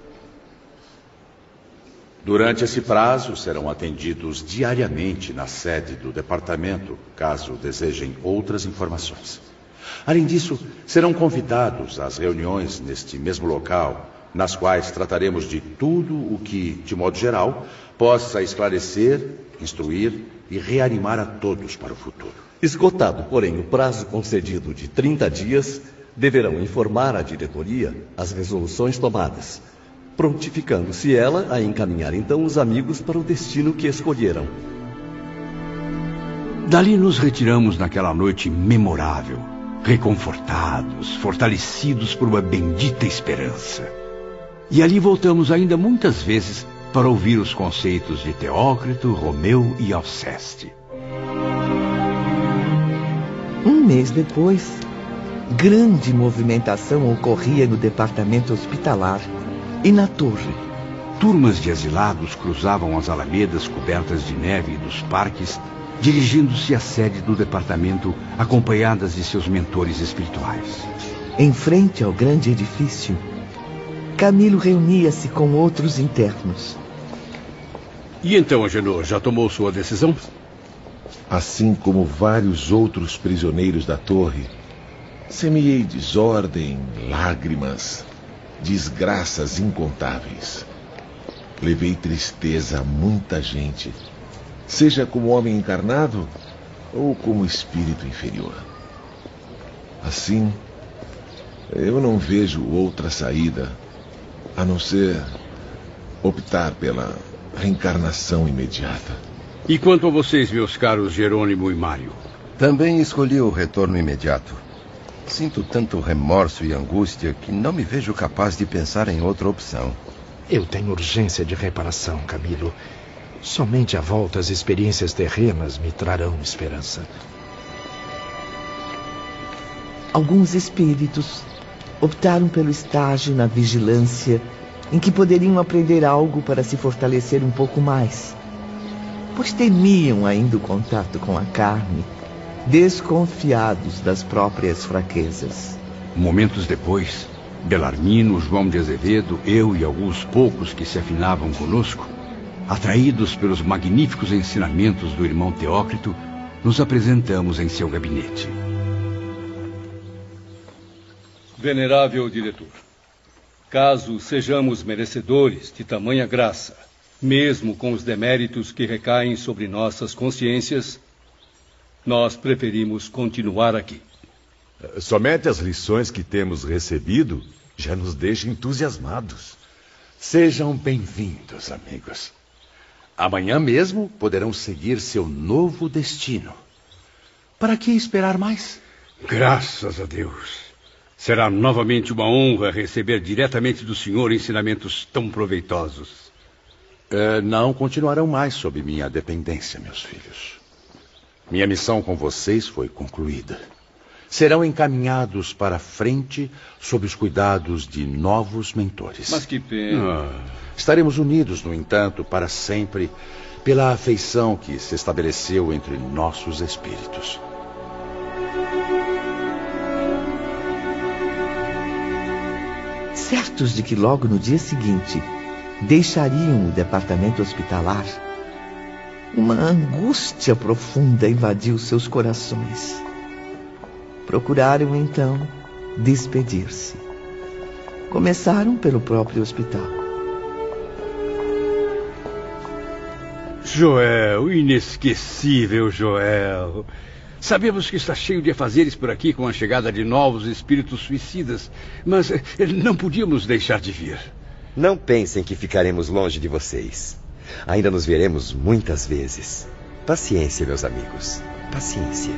Durante esse prazo, serão atendidos diariamente na sede do departamento, caso desejem outras informações. Além disso, serão convidados às reuniões neste mesmo local, nas quais trataremos de tudo o que, de modo geral, possa esclarecer, instruir e reanimar a todos para o futuro. Esgotado, porém, o prazo concedido de trinta dias, deverão informar à diretoria as resoluções tomadas, prontificando-se ela a encaminhar então os amigos para o destino que escolheram. Dali nos retiramos naquela noite memorável, reconfortados, fortalecidos por uma bendita esperança. E ali voltamos ainda muitas vezes para ouvir os conceitos de Teócrito, Romeu e Alceste. Um mês depois, grande movimentação ocorria no departamento hospitalar e na torre. Turmas de asilados cruzavam as alamedas cobertas de neve dos parques, dirigindo-se à sede do departamento, acompanhadas de seus mentores espirituais. Em frente ao grande edifício, Camilo reunia-se com outros internos. E então, Agenor, já tomou sua decisão? Assim como vários outros prisioneiros da torre, semeei desordem, lágrimas, desgraças incontáveis. Levei tristeza a muita gente, seja como homem encarnado ou como espírito inferior. Assim, eu não vejo outra saída a não ser optar pela reencarnação imediata. E quanto a vocês, meus caros Jerônimo e Mário? Também escolhi o retorno imediato. Sinto tanto remorso e angústia que não me vejo capaz de pensar em outra opção. Eu tenho urgência de reparação, Camilo. Somente a volta às experiências terrenas me trarão esperança. Alguns espíritos optaram pelo estágio na vigilância, em que poderiam aprender algo para se fortalecer um pouco mais, pois temiam ainda o contato com a carne, desconfiados das próprias fraquezas. Momentos depois, Belarmino, João de Azevedo, eu e alguns poucos que se afinavam conosco, atraídos pelos magníficos ensinamentos do irmão Teócrito, nos apresentamos em seu gabinete. Venerável diretor, caso sejamos merecedores de tamanha graça, mesmo com os deméritos que recaem sobre nossas consciências, nós preferimos continuar aqui. Somente as lições que temos recebido já nos deixam entusiasmados. Sejam bem-vindos, amigos. Amanhã mesmo poderão seguir seu novo destino. Para que esperar mais? Graças a Deus. Será novamente uma honra receber diretamente do senhor ensinamentos tão proveitosos. É, não continuarão mais sob minha dependência, meus filhos. Minha missão com vocês foi concluída. Serão encaminhados para a frente sob os cuidados de novos mentores. Mas que pena. Ah, estaremos unidos, no entanto, para sempre, pela afeição que se estabeleceu entre nossos espíritos. Certos de que logo no dia seguinte deixariam o departamento hospitalar, uma angústia profunda invadiu seus corações. Procuraram, então, despedir-se. Começaram pelo próprio hospital. Joel, inesquecível Joel. Sabemos que está cheio de afazeres por aqui com a chegada de novos espíritos suicidas, mas não podíamos deixar de vir. Não pensem que ficaremos longe de vocês. Ainda nos veremos muitas vezes. Paciência, meus amigos. Paciência.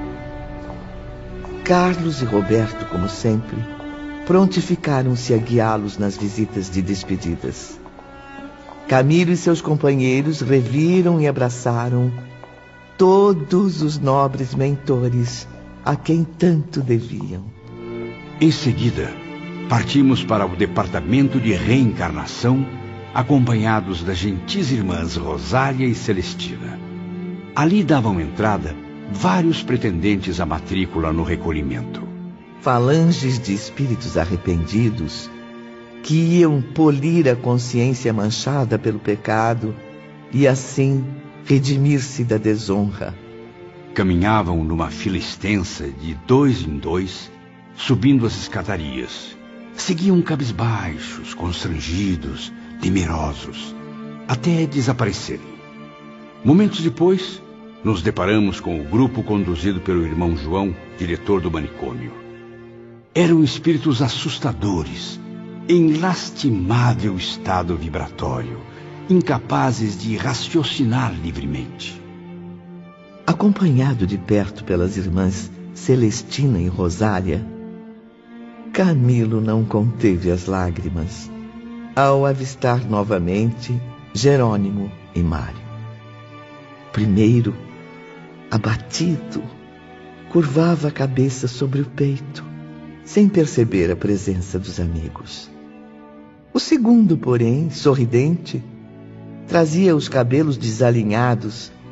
Carlos e Roberto, como sempre, prontificaram-se a guiá-los nas visitas de despedidas. Camilo e seus companheiros reviram e abraçaram todos os nobres mentores a quem tanto deviam. Em seguida, partimos para o departamento de reencarnação, acompanhados das gentis irmãs Rosália e Celestina. Ali davam entrada vários pretendentes à matrícula no recolhimento. Falanges de espíritos arrependidos que iam polir a consciência manchada pelo pecado e assim redimir-se da desonra. Caminhavam numa fila extensa de dois em dois, subindo as escadarias. Seguiam cabisbaixos, constrangidos, temerosos, até desaparecerem. Momentos depois, nos deparamos com o grupo conduzido pelo irmão João, diretor do manicômio. Eram espíritos assustadores, em lastimável estado vibratório, incapazes de raciocinar livremente. Acompanhado de perto pelas irmãs Celestina e Rosália, Camilo não conteve as lágrimas ao avistar novamente Jerônimo e Mário. Primeiro, abatido, curvava a cabeça sobre o peito, sem perceber a presença dos amigos. O segundo, porém, sorridente, trazia os cabelos desalinhados,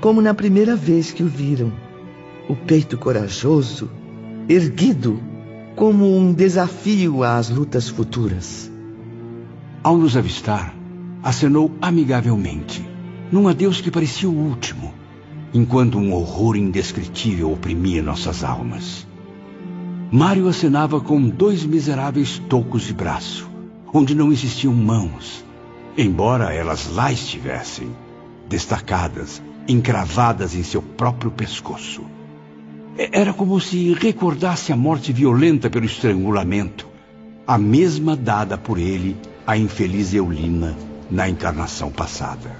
como na primeira vez que o viram, o peito corajoso, erguido como um desafio às lutas futuras. Ao nos avistar, acenou amigavelmente, num adeus que parecia o último, enquanto um horror indescritível oprimia nossas almas. Mário acenava com dois miseráveis tocos de braço, onde não existiam mãos, embora elas lá estivessem, destacadas, encravadas em seu próprio pescoço. Era como se recordasse a morte violenta pelo estrangulamento, a mesma dada por ele à infeliz Eulina na encarnação passada.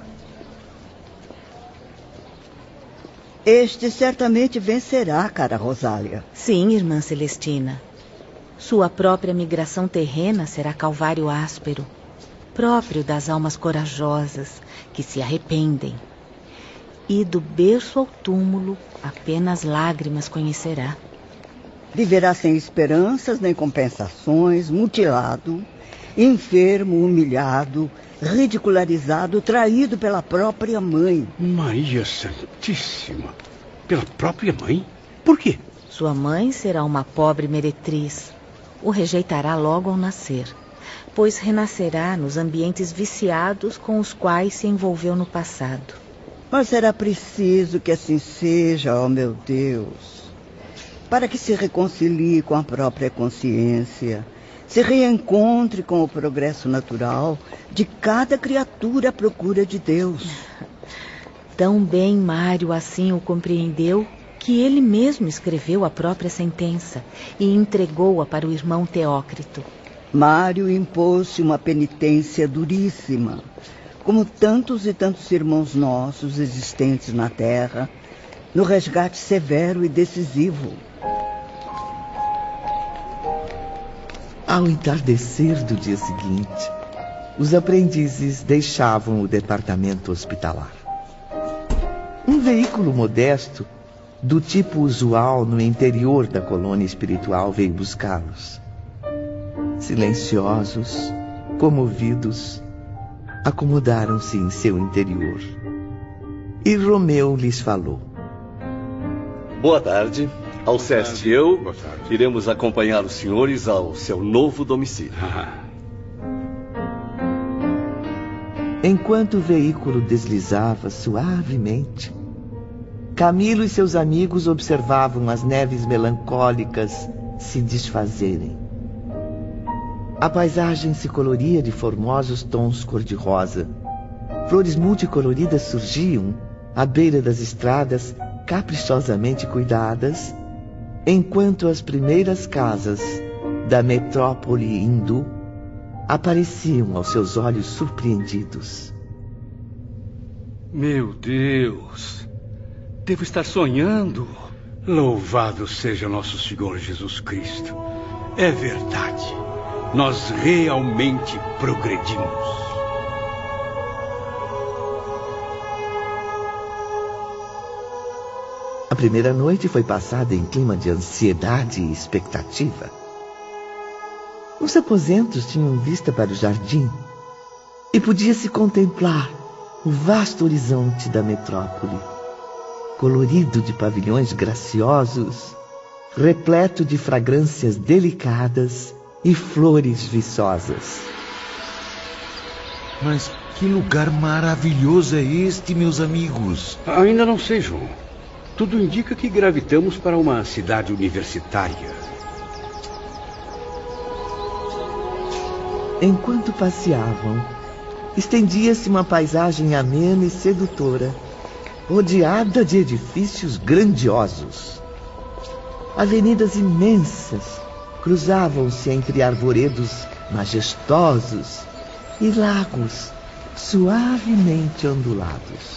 Este certamente vencerá, cara Rosália. Sim, irmã Celestina. Sua própria migração terrena será calvário áspero, próprio das almas corajosas que se arrependem. E do berço ao túmulo, apenas lágrimas conhecerá. Viverá sem esperanças nem compensações, mutilado, enfermo, humilhado, ridicularizado, traído pela própria mãe. Maria Santíssima! Pela própria mãe? Por quê? Sua mãe será uma pobre meretriz. O rejeitará logo ao nascer, pois renascerá nos ambientes viciados com os quais se envolveu no passado. Mas será preciso que assim seja, ó meu Deus, para que se reconcilie com a própria consciência, se reencontre com o progresso natural de cada criatura à procura de Deus. Tão bem Mário assim o compreendeu que ele mesmo escreveu a própria sentença e entregou-a para o irmão Teócrito. Mário impôs-se uma penitência duríssima, como tantos e tantos irmãos nossos existentes na terra, no resgate severo e decisivo. Ao entardecer do dia seguinte, os aprendizes deixavam o departamento hospitalar. Um veículo modesto, do tipo usual no interior da colônia espiritual, veio buscá-los. Silenciosos, comovidos, acomodaram-se em seu interior. E Romeu lhes falou. Boa tarde. Alceste e eu iremos acompanhar os senhores ao seu novo domicílio. Enquanto o veículo deslizava suavemente, Camilo e seus amigos observavam as neves melancólicas se desfazerem. A paisagem se coloria de formosos tons cor-de-rosa. Flores multicoloridas surgiam à beira das estradas caprichosamente cuidadas, enquanto as primeiras casas da metrópole hindu apareciam aos seus olhos surpreendidos. Meu Deus! Devo estar sonhando. Louvado seja nosso Senhor Jesus Cristo. É verdade. Nós realmente progredimos. A primeira noite foi passada em clima de ansiedade e expectativa. Os aposentos tinham vista para o jardim e podia-se contemplar o vasto horizonte da metrópole, colorido de pavilhões graciosos, repleto de fragrâncias delicadas e flores viçosas. Mas que lugar maravilhoso é este, meus amigos? Ainda não sei, João. Tudo indica que gravitamos para uma cidade universitária. Enquanto passeavam, estendia-se uma paisagem amena e sedutora, rodeada de edifícios grandiosos. Avenidas imensas cruzavam-se entre arvoredos majestosos e lagos suavemente ondulados.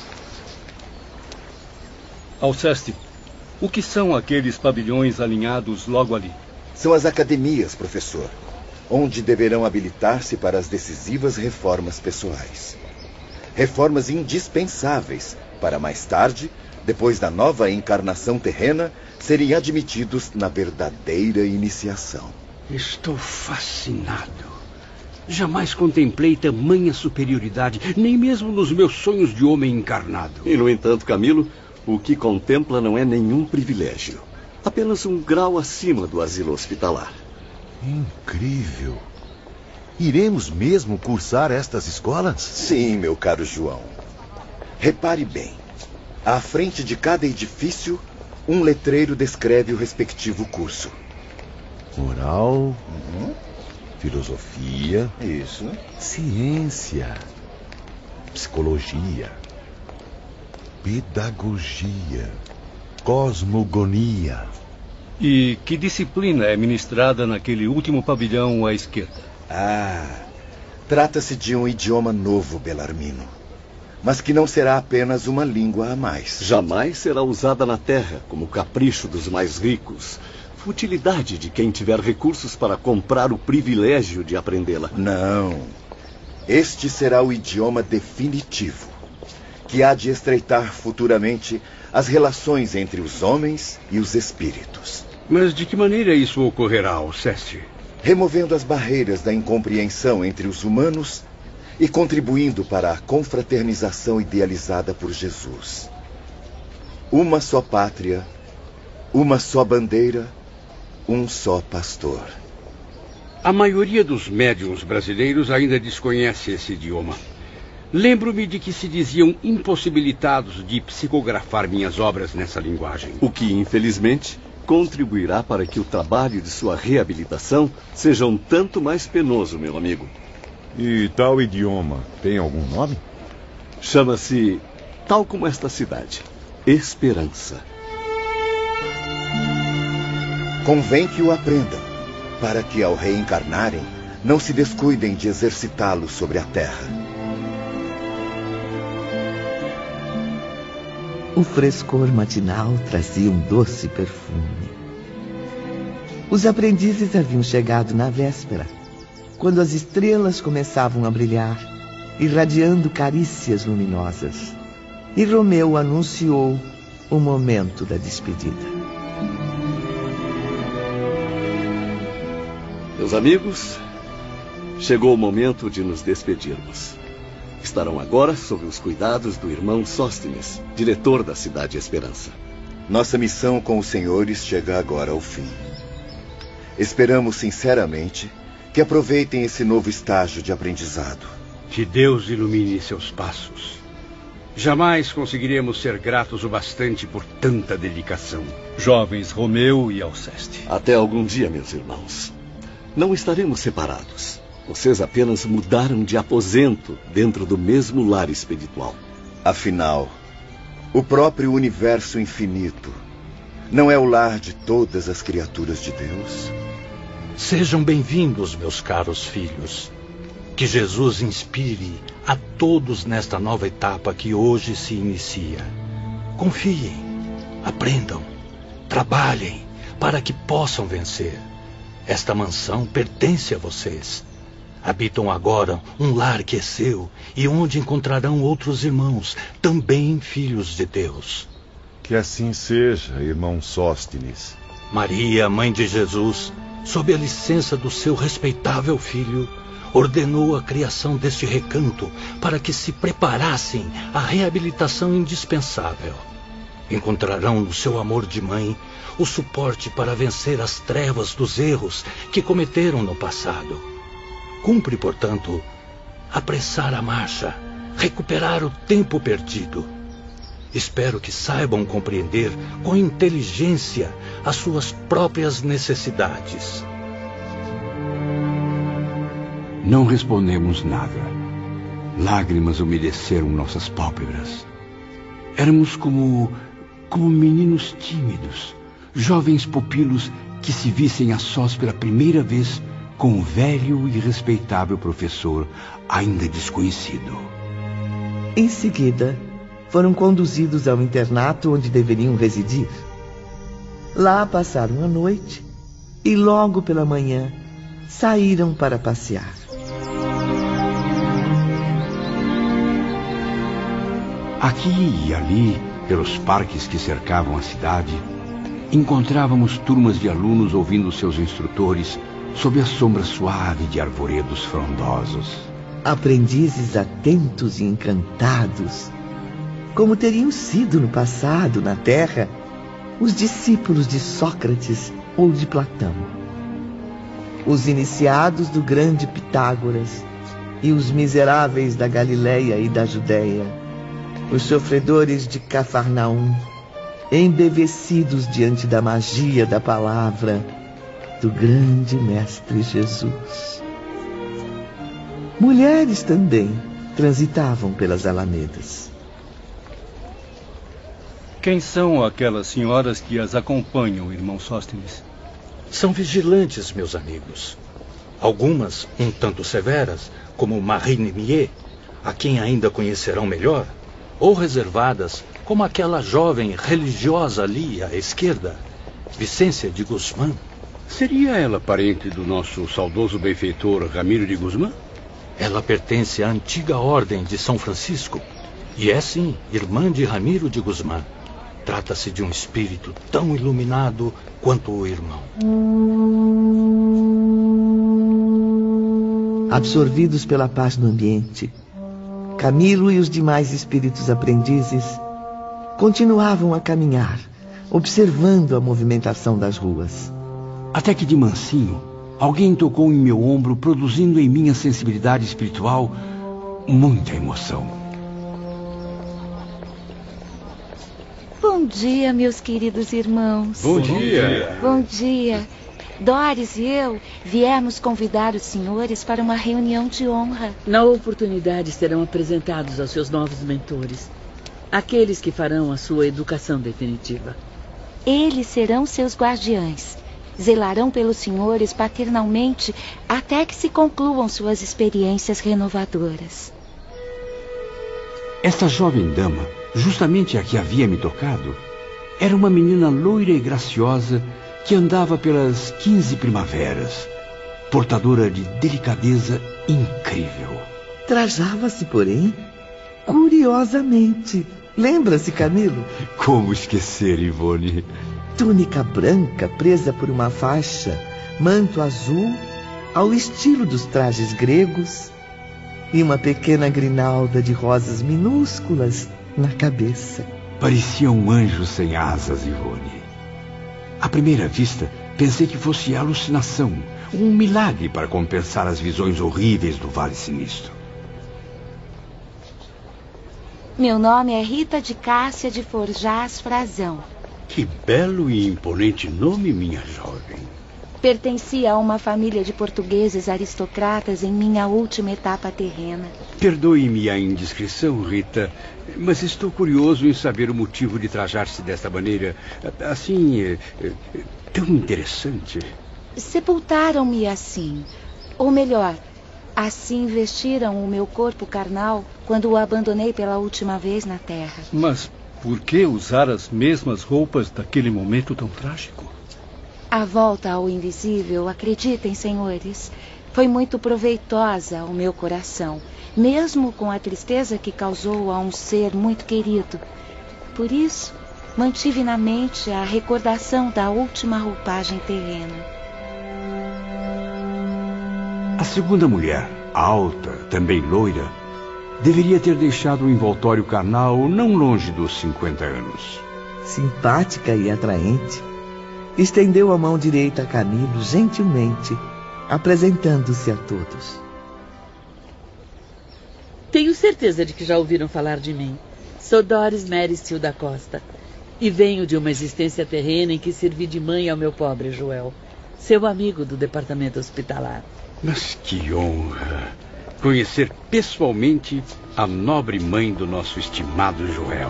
Alceste, o que são aqueles pavilhões alinhados logo ali? São as academias, professor, onde deverão habilitar-se para as decisivas reformas pessoais. Reformas indispensáveis para mais tarde, depois da nova encarnação terrena, serem admitidos na verdadeira iniciação. Estou fascinado. Jamais contemplei tamanha superioridade, nem mesmo nos meus sonhos de homem encarnado. E, no entanto, Camilo, o que contempla não é nenhum privilégio. Apenas um grau acima do asilo hospitalar. Incrível. Iremos mesmo cursar estas escolas? Sim, meu caro João. Repare bem. À frente de cada edifício, um letreiro descreve o respectivo curso. Moral, uhum. Filosofia, isso, ciência, psicologia, pedagogia, cosmogonia. E que disciplina é ministrada naquele último pavilhão à esquerda? Ah, trata-se de um idioma novo, Belarmino. Mas que não será apenas uma língua a mais. Jamais será usada na Terra como capricho dos mais ricos. Futilidade de quem tiver recursos para comprar o privilégio de aprendê-la. Não. Este será o idioma definitivo, que há de estreitar futuramente as relações entre os homens e os espíritos. Mas de que maneira isso ocorrerá, Alceste? Removendo as barreiras da incompreensão entre os humanos e contribuindo para a confraternização idealizada por Jesus. Uma só pátria, uma só bandeira, um só pastor. A maioria dos médiuns brasileiros ainda desconhece esse idioma. Lembro-me de que se diziam impossibilitados de psicografar minhas obras nessa linguagem. O que, infelizmente, contribuirá para que o trabalho de sua reabilitação seja um tanto mais penoso, meu amigo. E tal idioma tem algum nome? Chama-se, tal como esta cidade, Esperança. Convém que o aprendam, para que ao reencarnarem, não se descuidem de exercitá-lo sobre a terra. O frescor matinal trazia um doce perfume. Os aprendizes haviam chegado na véspera, quando as estrelas começavam a brilhar, irradiando carícias luminosas. E Romeu anunciou o momento da despedida. Meus amigos, chegou o momento de nos despedirmos. Estarão agora sob os cuidados do irmão Sóstenes, diretor da Cidade Esperança. Nossa missão com os senhores chega agora ao fim. Esperamos sinceramente que aproveitem esse novo estágio de aprendizado. Que Deus ilumine seus passos. Jamais conseguiremos ser gratos o bastante por tanta dedicação. Jovens Romeu e Alceste. Até algum dia, meus irmãos. Não estaremos separados. Vocês apenas mudaram de aposento dentro do mesmo lar espiritual. Afinal, o próprio universo infinito não é o lar de todas as criaturas de Deus? Sejam bem-vindos, meus caros filhos. Que Jesus inspire a todos nesta nova etapa que hoje se inicia. Confiem, aprendam, trabalhem para que possam vencer. Esta mansão pertence a vocês. Habitam agora um lar que é seu e onde encontrarão outros irmãos, também filhos de Deus. Que assim seja, irmão Sóstenes. Maria, mãe de Jesus, sob a licença do seu respeitável filho, ordenou a criação deste recanto para que se preparassem à reabilitação indispensável. Encontrarão no seu amor de mãe o suporte para vencer as trevas dos erros que cometeram no passado. Cumpre, portanto, apressar a marcha, recuperar o tempo perdido. Espero que saibam compreender com inteligência as suas próprias necessidades. Não respondemos nada. Lágrimas umedeceram nossas pálpebras. Éramos como, como meninos tímidos, jovens pupilos que se vissem a sós pela primeira vez com o velho e respeitável professor ainda desconhecido. Em seguida, foram conduzidos ao internato onde deveriam residir. Lá passaram a noite e logo pela manhã saíram para passear. Aqui e ali, pelos parques que cercavam a cidade, encontrávamos turmas de alunos ouvindo seus instrutores sob a sombra suave de arvoredos frondosos. Aprendizes atentos e encantados, como teriam sido no passado, na Terra, os discípulos de Sócrates ou de Platão. Os iniciados do grande Pitágoras e os miseráveis da Galileia e da Judéia, os sofredores de Cafarnaum, embevecidos diante da magia da palavra do grande Mestre Jesus. Mulheres também transitavam pelas alamedas. Quem são aquelas senhoras que as acompanham, irmão Sóstenes? São vigilantes, meus amigos. Algumas um tanto severas, como Marie Nimier, a quem ainda conhecerão melhor, ou reservadas, como aquela jovem religiosa ali à esquerda, Vicência de Guzmán. Seria ela parente do nosso saudoso benfeitor Ramiro de Guzmán? Ela pertence à antiga ordem de São Francisco e é, sim, irmã de Ramiro de Guzmán. Trata-se de um espírito tão iluminado quanto o irmão. Absorvidos pela paz no ambiente, Camilo e os demais espíritos aprendizes continuavam a caminhar, observando a movimentação das ruas. Até que de mansinho, alguém tocou em meu ombro, produzindo em minha sensibilidade espiritual muita emoção. Bom dia, meus queridos irmãos. Bom dia. Bom dia. Doris e eu viemos convidar os senhores para uma reunião de honra. Na oportunidade serão apresentados aos seus novos mentores, aqueles que farão a sua educação definitiva. Eles serão seus guardiães. Zelarão pelos senhores paternalmente até que se concluam suas experiências renovadoras. Esta jovem dama, justamente a que havia me tocado, era uma menina loira e graciosa que andava pelas quinze primaveras, portadora de delicadeza incrível. Trajava-se, porém, curiosamente. Lembra-se, Camilo? Como esquecer, Ivone? Túnica branca presa por uma faixa, manto azul, ao estilo dos trajes gregos, e uma pequena grinalda de rosas minúsculas na cabeça. Parecia um anjo sem asas, Ivone. À primeira vista, pensei que fosse alucinação, um milagre para compensar as visões horríveis do Vale Sinistro. Meu nome é Rita de Cássia de Forjás Frazão. Que belo e imponente nome, minha jovem. Pertencia a uma família de portugueses aristocratas em minha última etapa terrena. Perdoe-me a indiscrição, Rita, mas estou curioso em saber o motivo de trajar-se desta maneira, assim, tão interessante. Sepultaram-me assim, ou melhor, assim vestiram o meu corpo carnal quando o abandonei pela última vez na terra. Mas por que usar as mesmas roupas daquele momento tão trágico? A volta ao invisível, acreditem, senhores, foi muito proveitosa ao meu coração, mesmo com a tristeza que causou a um ser muito querido. Por isso, mantive na mente a recordação da última roupagem terrena. A segunda mulher, alta, também loira, deveria ter deixado o envoltório carnal não longe dos cinquenta anos. Simpática e atraente, estendeu a mão direita a Camilo gentilmente, apresentando-se a todos. Tenho certeza de que já ouviram falar de mim. Sou Doris Mary Steele da Costa e venho de uma existência terrena em que servi de mãe ao meu pobre Joel, seu amigo do departamento hospitalar. Mas que honra conhecer pessoalmente a nobre mãe do nosso estimado Joel.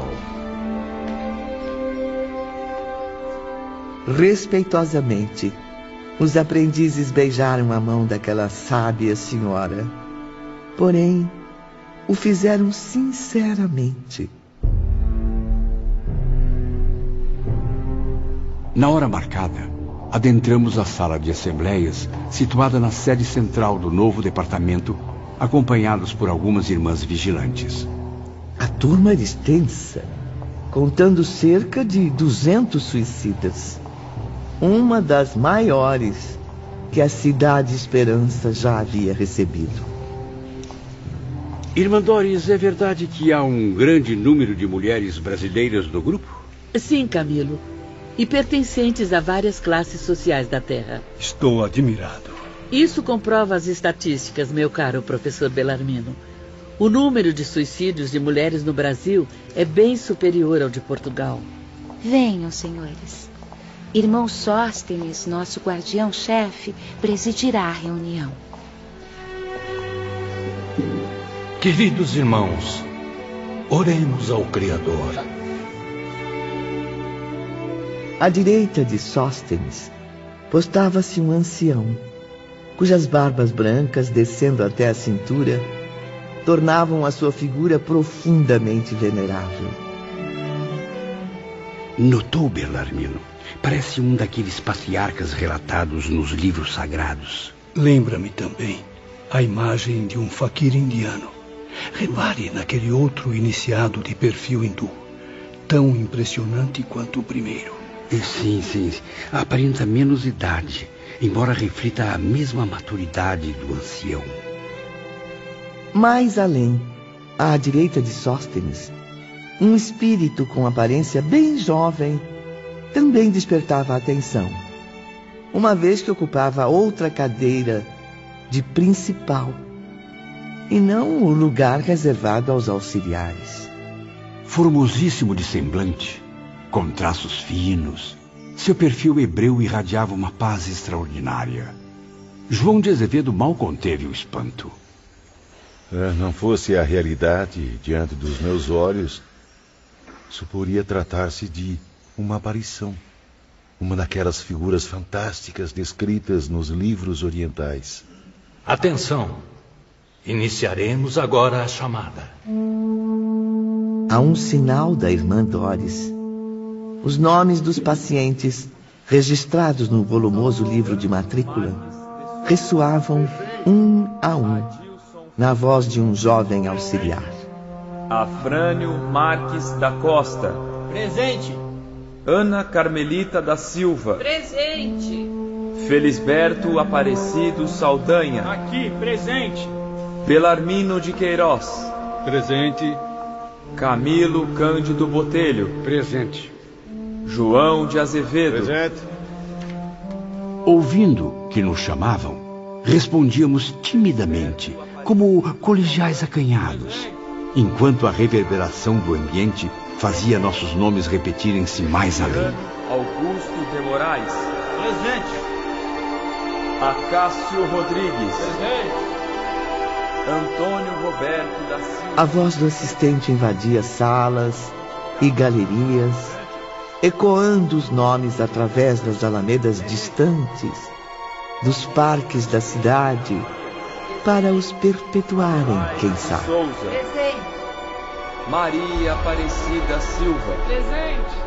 Respeitosamente, os aprendizes beijaram a mão daquela sábia senhora. Porém, o fizeram sinceramente. Na hora marcada, adentramos a sala de assembleias, situada na sede central do novo departamento, acompanhados por algumas irmãs vigilantes. A turma era extensa, contando cerca de duzentos suicidas. Uma das maiores, que a Cidade Esperança já havia recebido. Irmã Doris, é verdade que há um grande número de mulheres brasileiras no grupo? Sim, Camilo. E pertencentes a várias classes sociais da Terra. Estou admirado. Isso comprova as estatísticas, meu caro professor Belarmino. O número de suicídios de mulheres no Brasil é bem superior ao de Portugal. Venham, senhores. Irmão Sóstenes, nosso guardião-chefe, presidirá a reunião. Queridos irmãos, oremos ao Criador. À direita de Sóstenes, postava-se um ancião, cujas barbas brancas, descendo até a cintura, tornavam a sua figura profundamente venerável. Notou, Belarmino? Parece um daqueles patriarcas relatados nos livros sagrados. Lembra-me também a imagem de um faquir indiano. Repare naquele outro iniciado de perfil hindu, tão impressionante quanto o primeiro. Sim, sim. Aparenta menos idade, embora reflita a mesma maturidade do ancião. Mais além, à direita de Sóstenes, um espírito com aparência bem jovem também despertava a atenção, uma vez que ocupava outra cadeira de principal, e não o lugar reservado aos auxiliares. Formosíssimo de semblante, com traços finos, seu perfil hebreu irradiava uma paz extraordinária. João de Azevedo mal conteve o espanto. É, não fosse a realidade diante dos meus olhos, suporia tratar-se de uma aparição, uma daquelas figuras fantásticas descritas nos livros orientais. Atenção! Iniciaremos agora a chamada. A um sinal da irmã Doris, os nomes dos pacientes, registrados no volumoso livro de matrícula, ressoavam um a um, na voz de um jovem auxiliar. Afrânio Marques da Costa. Presente. Ana Carmelita da Silva. Presente. Felisberto Aparecido Saldanha. Aqui, presente. Belarmino de Queiroz. Presente. Camilo Cândido Botelho. Presente. João de Azevedo. Presente. Ouvindo que nos chamavam, respondíamos timidamente, como colegiais acanhados, enquanto a reverberação do ambiente fazia nossos nomes repetirem-se mais além. Augusto de Moraes. Presente. Acácio Rodrigues. Presente. Antônio Roberto da Silva. A voz do assistente invadia salas e galerias, ecoando os nomes através das alamedas distantes, dos parques da cidade, para os perpetuarem, quem sabe. Souza. Presente. Maria Aparecida Silva. Presente.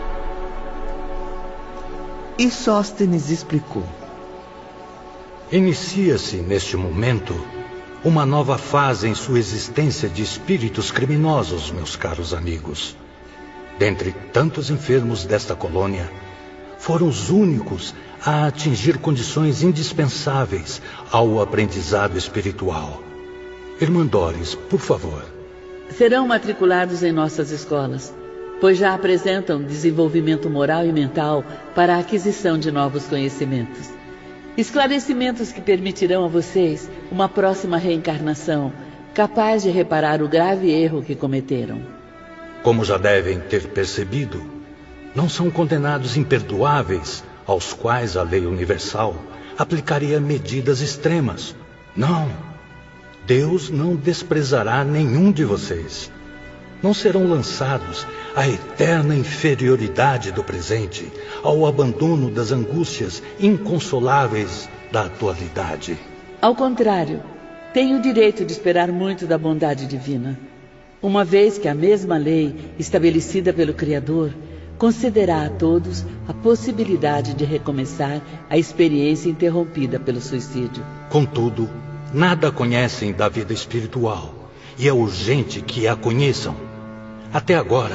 E Sóstenes explicou. Inicia-se, neste momento, uma nova fase em sua existência de espíritos criminosos, meus caros amigos. Dentre tantos enfermos desta colônia, foram os únicos a atingir condições indispensáveis ao aprendizado espiritual. Irmã Doris, por favor. Serão matriculados em nossas escolas, pois já apresentam desenvolvimento moral e mental para a aquisição de novos conhecimentos. Esclarecimentos que permitirão a vocês uma próxima reencarnação, capaz de reparar o grave erro que cometeram. Como já devem ter percebido, não são condenados imperdoáveis aos quais a lei universal aplicaria medidas extremas. Não. Deus não desprezará nenhum de vocês. Não serão lançados à eterna inferioridade do presente, ao abandono das angústias inconsoláveis da atualidade. Ao contrário, têm o direito de esperar muito da bondade divina, uma vez que a mesma lei estabelecida pelo Criador concederá a todos a possibilidade de recomeçar a experiência interrompida pelo suicídio. Contudo, nada conhecem da vida espiritual, e é urgente que a conheçam. Até agora,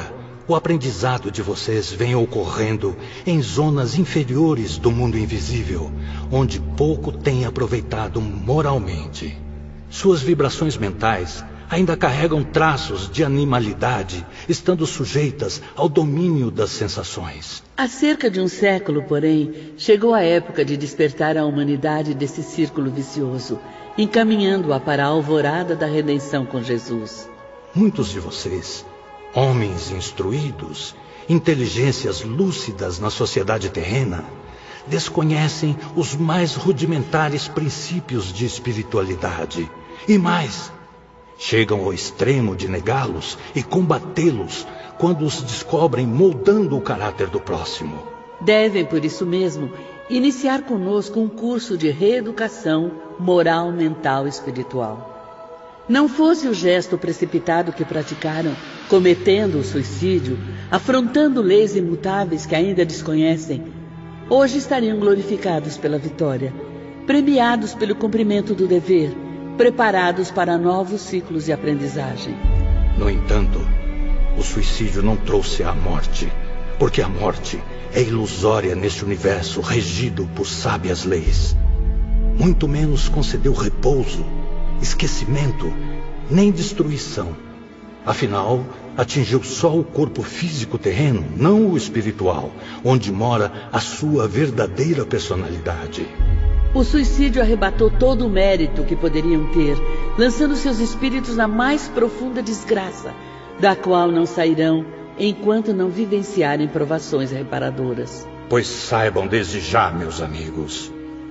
o aprendizado de vocês vem ocorrendo em zonas inferiores do mundo invisível, onde pouco têm aproveitado moralmente. Suas vibrações mentais ainda carregam traços de animalidade, estando sujeitas ao domínio das sensações. Há cerca de um século, porém, chegou a época de despertar a humanidade desse círculo vicioso, encaminhando-a para a alvorada da redenção com Jesus. Muitos de vocês, homens instruídos, inteligências lúcidas na sociedade terrena, desconhecem os mais rudimentares princípios de espiritualidade. E mais, chegam ao extremo de negá-los e combatê-los quando os descobrem moldando o caráter do próximo. Devem, por isso mesmo, iniciar conosco um curso de reeducação moral, mental e espiritual. Não fosse o gesto precipitado que praticaram, cometendo o suicídio, afrontando leis imutáveis que ainda desconhecem, hoje estariam glorificados pela vitória, premiados pelo cumprimento do dever, preparados para novos ciclos de aprendizagem. No entanto, o suicídio não trouxe a morte, porque a morte é ilusória neste universo regido por sábias leis. Muito menos concedeu repouso, esquecimento, nem destruição. Afinal, atingiu só o corpo físico terreno, não o espiritual, onde mora a sua verdadeira personalidade. O suicídio arrebatou todo o mérito que poderiam ter, lançando seus espíritos na mais profunda desgraça, da qual não sairão enquanto não vivenciarem provações reparadoras. Pois saibam desde já, meus amigos,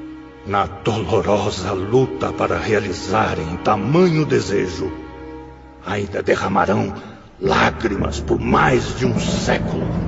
na dolorosa luta para realizarem tamanho desejo, ainda derramarão lágrimas por mais de um século.